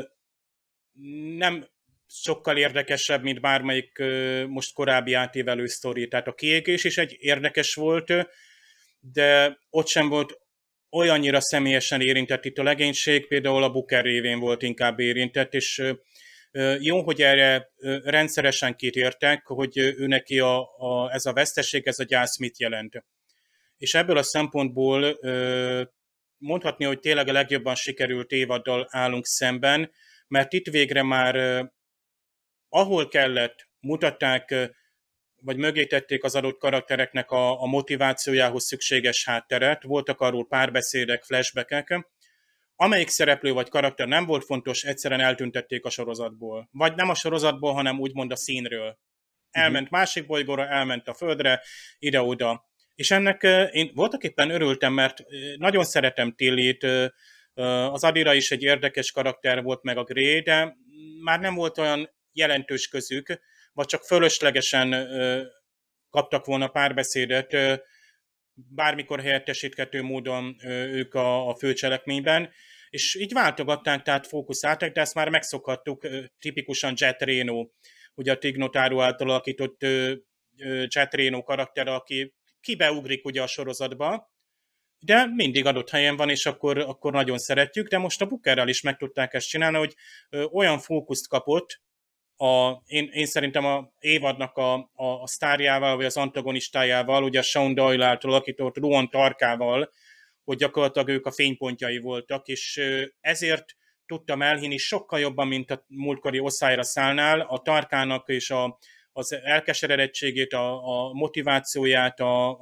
nem sokkal érdekesebb, mint bármelyik most korábbi átívelő sztori. Tehát a kiégés is egy érdekes volt, de ott sem volt olyannyira személyesen érintett itt a legénység, például a Booker révén volt inkább érintett, és jó, hogy erre rendszeresen kitértek, hogy ő neki ez a veszteség, ez a gyász mit jelent. És ebből a szempontból mondhatni, hogy tényleg a legjobban sikerült évaddal állunk szemben, mert itt végre már ahol kellett, mutatták, vagy mögé tették az adott karaktereknek a motivációjához szükséges hátteret, voltak arról párbeszédek, flashbackek, amelyik szereplő vagy karakter nem volt fontos, egyszerűen eltüntették a sorozatból. Vagy nem a sorozatból, hanem úgymond a színről. Elment másik bolygóra, elment a Földre, ide-oda. És ennek én voltaképpen örültem, mert nagyon szeretem Tillit, az Adira is egy érdekes karakter volt, meg a Grey, de már nem volt olyan jelentős közük, vagy csak fölöslegesen kaptak volna párbeszédet, bármikor helyettesíthető módon ők a főcselekményben, és így váltogatták, tehát fókuszáltak, de ezt már megszokhattuk, tipikusan Jet Reno, ugye a Tig Notaro által alakított Jet Reno karakter, aki kibeugrik ugye a sorozatba, de mindig adott helyen van, és akkor nagyon szeretjük, de most a Bookerrel is meg tudták ezt csinálni, hogy olyan fókuszt kapott, én szerintem a évadnak a sztárjával, vagy az antagonistájával, ugye a Sean Doyle által alakított Ruan Tarkával, hogy gyakorlatilag ők a fénypontjai voltak, és ezért tudtam elhinni sokkal jobban, mint a múltkori Oszályra szállnál, a Tarkának és az elkeseredettségét, a motivációját,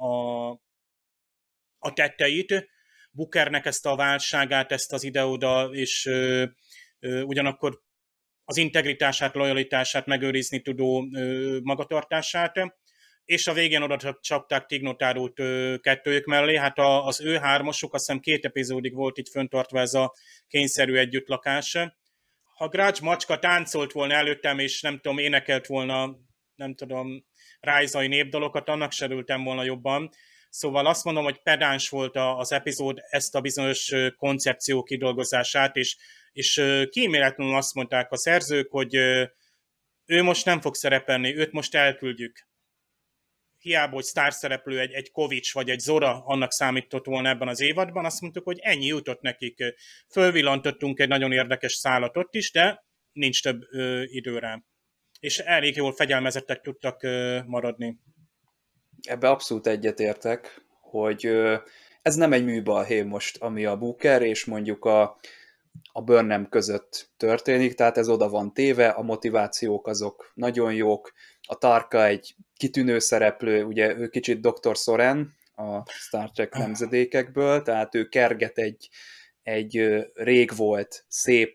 a tetteit, Bookernek ezt a válságát, ezt az ide-oda, és ugyanakkor az integritását, lojalitását megőrizni tudó magatartását, és a végén oda csapták Tig Notarót kettőjük mellé. Hát az ő hármasuk, azt hiszem 2 epizódig volt így föntartva ez a kényszerű együttlakás. Ha Grudge macska táncolt volna előttem, és nem tudom, énekelt volna, nem tudom, rájzai népdalokat, annak se örültem volna jobban. Szóval azt mondom, hogy pedáns volt az epizód ezt a bizonyos koncepció kidolgozását, és kíméletlenül azt mondták a szerzők, hogy ő most nem fog szerepelni, őt most elküldjük. Hiába, hogy sztárszereplő egy Kovics vagy egy Zora annak számított volna ebben az évadban, azt mondtuk, hogy ennyi jutott nekik. Fölvillantottunk egy nagyon érdekes szálat ott is, de nincs több időre. És elég jól fegyelmezettek tudtak maradni. Ebbe abszolút egyetértek, hogy ez nem egy műbalhé most, ami a Booker és mondjuk a Burnham között történik, tehát ez oda van téve, a motivációk azok nagyon jók, a Tarka egy kitűnő szereplő, ugye ő kicsit Dr. Soren a Star Trek nemzedékekből, tehát ő kerget egy rég volt, szép,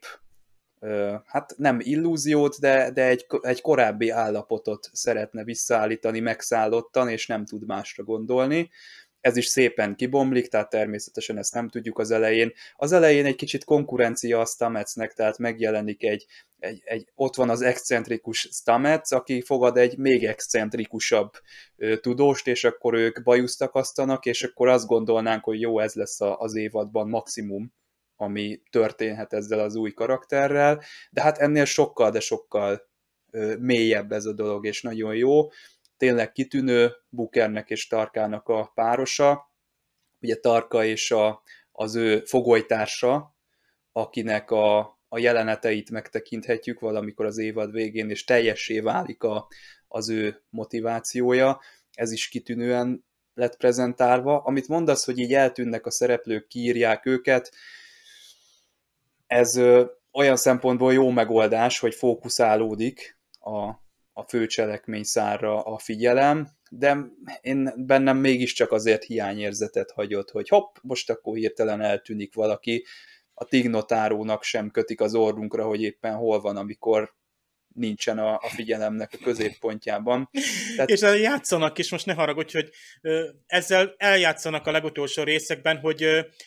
hát nem illúziót, de egy korábbi állapotot szeretne visszaállítani megszállottan, és nem tud másra gondolni. Ez is szépen kibomlik, tehát természetesen ezt nem tudjuk az elején. Az elején egy kicsit konkurencia a Stametsnek, tehát megjelenik ott van az excentrikus Stamets, aki fogad egy még excentrikusabb tudóst, és akkor ők bajuszt akasztanak, és akkor azt gondolnánk, hogy jó, ez lesz az évadban maximum, ami történhet ezzel az új karakterrel, de hát ennél sokkal, de sokkal mélyebb ez a dolog, és nagyon jó. Tényleg kitűnő Bookernek és Tarkának a párosa, ugye Tarka és az ő fogolytársa, akinek a jeleneteit megtekinthetjük valamikor az évad végén, és teljessé válik az ő motivációja. Ez is kitűnően lett prezentálva. Amit mondasz, hogy így eltűnnek a szereplők, kiírják őket, ez olyan szempontból jó megoldás, hogy fókuszálódik a főcselekmény szárra a figyelem, de bennem mégiscsak azért hiányérzetet hagyott, hogy hopp, most akkor hirtelen eltűnik valaki, a Tig Notarónak sem kötik az orrunkra, hogy éppen hol van, amikor nincsen a figyelemnek a középpontjában. Tehát... És játszanak is, most ne haragudj, hogy ezzel eljátszanak a legutolsó részekben, hogy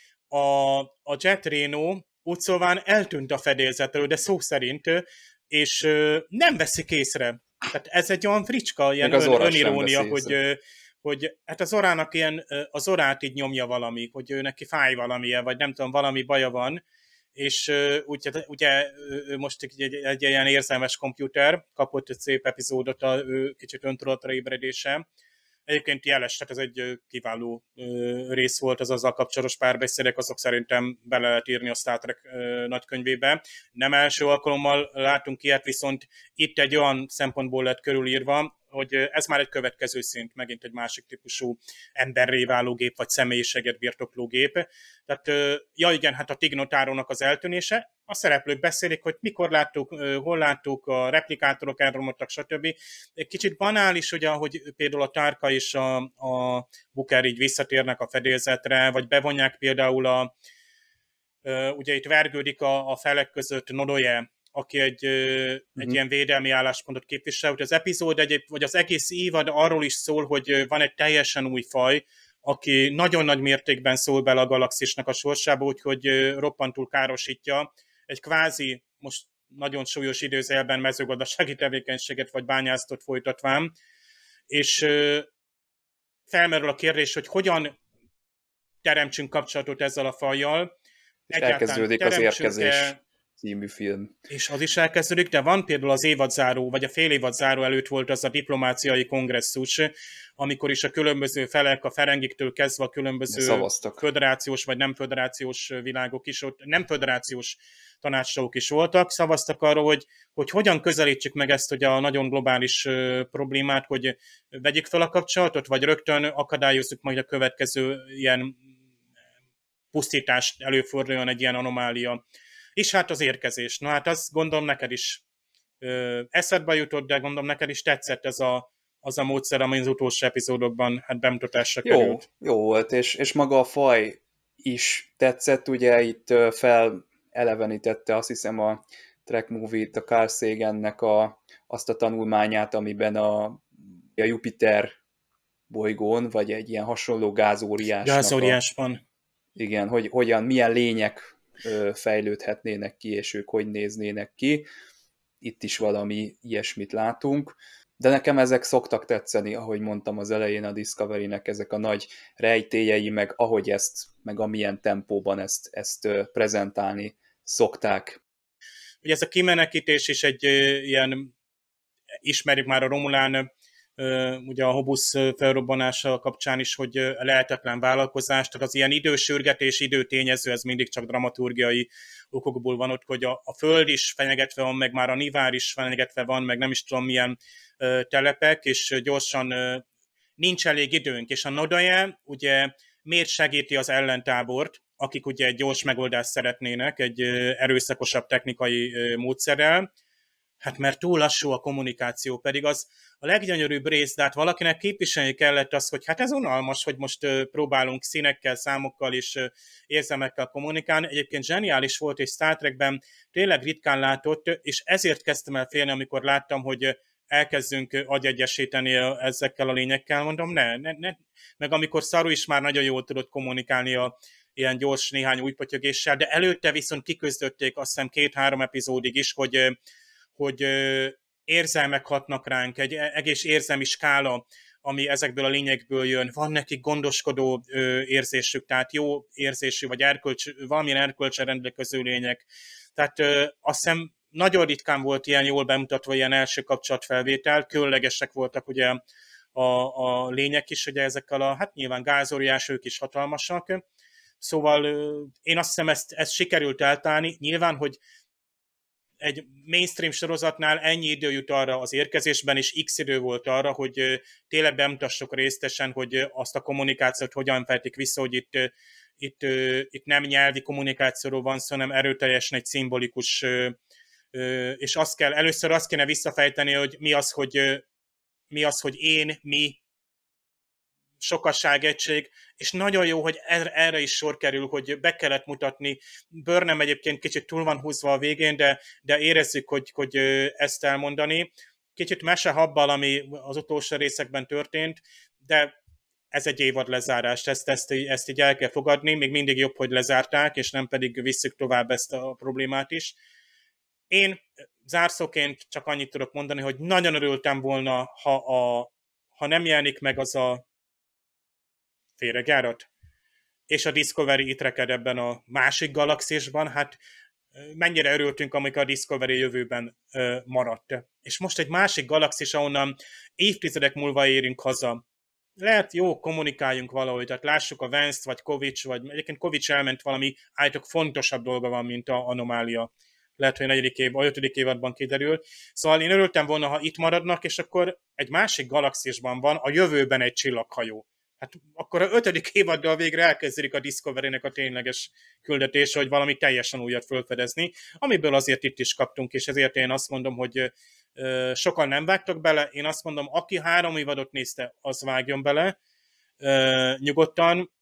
a Jet Reno úgy szóval eltűnt a fedélzetről, de szó szerint, és nem veszik észre. Tehát ez egy olyan fricska, ilyen önirónia, hogy hát az Orának ilyen, az Orát így nyomja valami, hogy ő neki fáj valamilyen, vagy nem tudom, valami baja van, és ugye most egy ilyen érzelmes komputer, kapott egy szép epizódot a kicsit öntudatra ébredése. Egyébként jeles, tehát ez egy kiváló rész volt, az azzal kapcsolatos párbeszédek, azok szerintem bele lehet írni a Star Trek nagykönyvébe. Nem első alkalommal látunk ilyet, viszont itt egy olyan szempontból lett körülírva, hogy ez már egy következő szint, megint egy másik típusú emberré váló gép, vagy személyiséget birtokló gép. Tehát, ja igen, hát a Tig Notarónak az eltűnése, a szereplők beszélik, hogy mikor láttuk, hol láttuk, a replikátorok elromlottak, stb. Egy kicsit banális, ugye, hogy például a Tarka és a Booker így visszatérnek a fedélzetre, vagy bevonják például ugye itt vergődik a felek között Nodoje, aki egy ilyen védelmi álláspontot képvisel. Az epizód vagy az egész évad arról is szól, hogy van egy teljesen új faj, aki nagyon nagy mértékben szól bele a galaxisnak a sorsába, úgyhogy roppantul károsítja. Egy kvázi, most nagyon súlyos időzélben mezőgazdasági tevékenységet vagy bányásztot folytatván, és felmerül a kérdés, hogy hogyan teremtsünk kapcsolatot ezzel a fajjal. Elkezdődik az Érkezés című film. És az is elkezdődik, de van például az évadzáró, vagy a fél évadzáró előtt volt az a diplomáciai kongresszus, amikor is a különböző felek, a Ferengiktől kezdve a különböző szavaztak. föderációs vagy nem föderációs világok is, ott nem föderációs tanácsadók is voltak, szavaztak arról, hogy hogyan közelítsük meg ezt ugye a nagyon globális problémát, hogy vegyük fel a kapcsolatot, vagy rögtön akadályozzuk majd a következő ilyen pusztítást, előforduljon egy ilyen anomália. És hát az Érkezés. Na hát azt gondolom neked is eszedbe jutott, de gondolom neked is tetszett ez az a módszer, ami az utolsó epizódokban hát bemutatásra került. Jó volt, és maga a faj is tetszett, ugye itt felelevenítette azt hiszem a Trek Movie-t, a Carl Sagannek azt a tanulmányát, amiben a Jupiter bolygón, vagy egy ilyen hasonló gázóriásnak Gázóriás van. Igen, hogy milyen lények fejlődhetnének ki, és ők hogy néznének ki. Itt is valami ilyesmit látunk. De nekem ezek szoktak tetszeni, ahogy mondtam az elején a Discovery-nek, ezek a nagy rejtélyei, meg ahogy ezt, meg amilyen tempóban ezt prezentálni szokták. Ugye ez a kimenekítés is egy ilyen, ismerjük már a Romulán, ugye a Hobusz felrobbanása kapcsán is, hogy lehetetlen vállalkozás, tehát az ilyen idősürgetés, időtényező, ez mindig csak dramaturgiai okokból van ott, hogy a Föld is fenyegetve van, meg már a Nivár is fenyegetve van, meg nem is tudom milyen telepek, és gyorsan nincs elég időnk, és a Nodae ugye miért segíti az ellentábort, akik ugye egy gyors megoldást szeretnének, egy erőszakosabb technikai módszerrel, hát mert túl lassú a kommunikáció, pedig az a leggyönyörűbb rész, de hát valakinek képviselni kellett az, hogy hát ez unalmas, hogy most próbálunk színekkel, számokkal és érzelmekkel kommunikálni. Egyébként zseniális volt, és Star Trekben tényleg ritkán látott, és ezért kezdtem el félni, amikor láttam, hogy elkezdünk agyegyesíteni ezekkel a lényekkel, mondom, ne. Meg amikor Saru is már nagyon jól tudott kommunikálni ilyen gyors néhány új pötyögéssel, de előtte viszont kiküzdötték azt hiszem 2-3 epizódig is, hogy érzelmek hatnak ránk, egy egész érzelmi skála, ami ezekből a lényekből jön. Van nekik gondoskodó érzésük, tehát jó érzésű, vagy valamilyen erkölcsel rendelkező lények. Tehát azt hiszem nagyon ritkán volt ilyen jól bemutatva ilyen első kapcsolatfelvétel, különlegesek voltak ugye a lények is, ugye ezekkel hát nyilván gázóriás, ők is hatalmasak. Szóval én azt hiszem ezt sikerült eltálni. Nyilván, hogy egy mainstream sorozatnál ennyi idő jut arra az érkezésben, és x idő volt arra, hogy tényleg bemutassuk részletesen, hogy azt a kommunikációt hogyan fejtik vissza, hogy itt nem nyelvi kommunikációról van szó, hanem erőteljesen egy szimbolikus, és először azt kéne visszafejteni, hogy mi az, hogy én, mi, sokasságegység, és nagyon jó, hogy erre is sor kerül, hogy be kellett mutatni. Burnham egyébként kicsit túl van húzva a végén, de érezzük, hogy ezt elmondani. Kicsit mesehabbal, ami az utolsó részekben történt, de ez egy évad lezárás, ezt így el kell fogadni, még mindig jobb, hogy lezárták, és nem pedig visszük tovább ezt a problémát is. Én zárszóként csak annyit tudok mondani, hogy nagyon örültem volna, ha nem jelenik meg az a féregjárat, és a Discovery itt reked ebben a másik galaxisban, hát mennyire örültünk, amikor a Discovery jövőben maradt. És most egy másik galaxis, ahonnan évtizedek múlva érünk haza. Lehet jó, kommunikáljunk valahogy, tehát lássuk a Vance-t, vagy Kovics, vagy egyébként Kovics elment valami állítólag fontosabb dolga van, mint a anomália. Lehet, hogy a 5. évadban kiderül. Szóval én örültem volna, ha itt maradnak, és akkor egy másik galaxisban van, a jövőben egy csillaghajó. Hát akkor a 5. évaddal végre elkezdődik a Discovery-nek a tényleges küldetése, hogy valami teljesen újat felfedezni, amiből azért itt is kaptunk, és ezért én azt mondom, hogy sokan nem vágtak bele, én azt mondom, aki 3 évadot nézte, az vágjon bele, nyugodtan,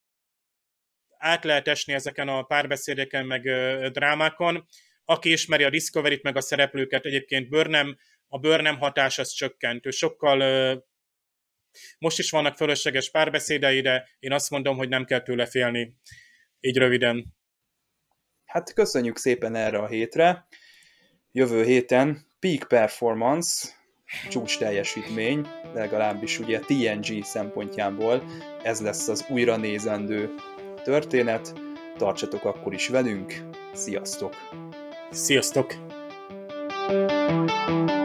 át lehet esni ezeken a párbeszédeken, meg drámákon, aki ismeri a Discovery-t, meg a szereplőket, egyébként a Burnham hatás az csökkent, sokkal most is vannak fölösleges párbeszédei, de én azt mondom, hogy nem kell tőle félni, így röviden. Hát köszönjük szépen erre a hétre. Jövő héten peak performance, csúcs teljesítmény, legalábbis ugye TNG szempontjából ez lesz az újra nézendő történet. Tartsatok akkor is velünk, sziasztok! Sziasztok!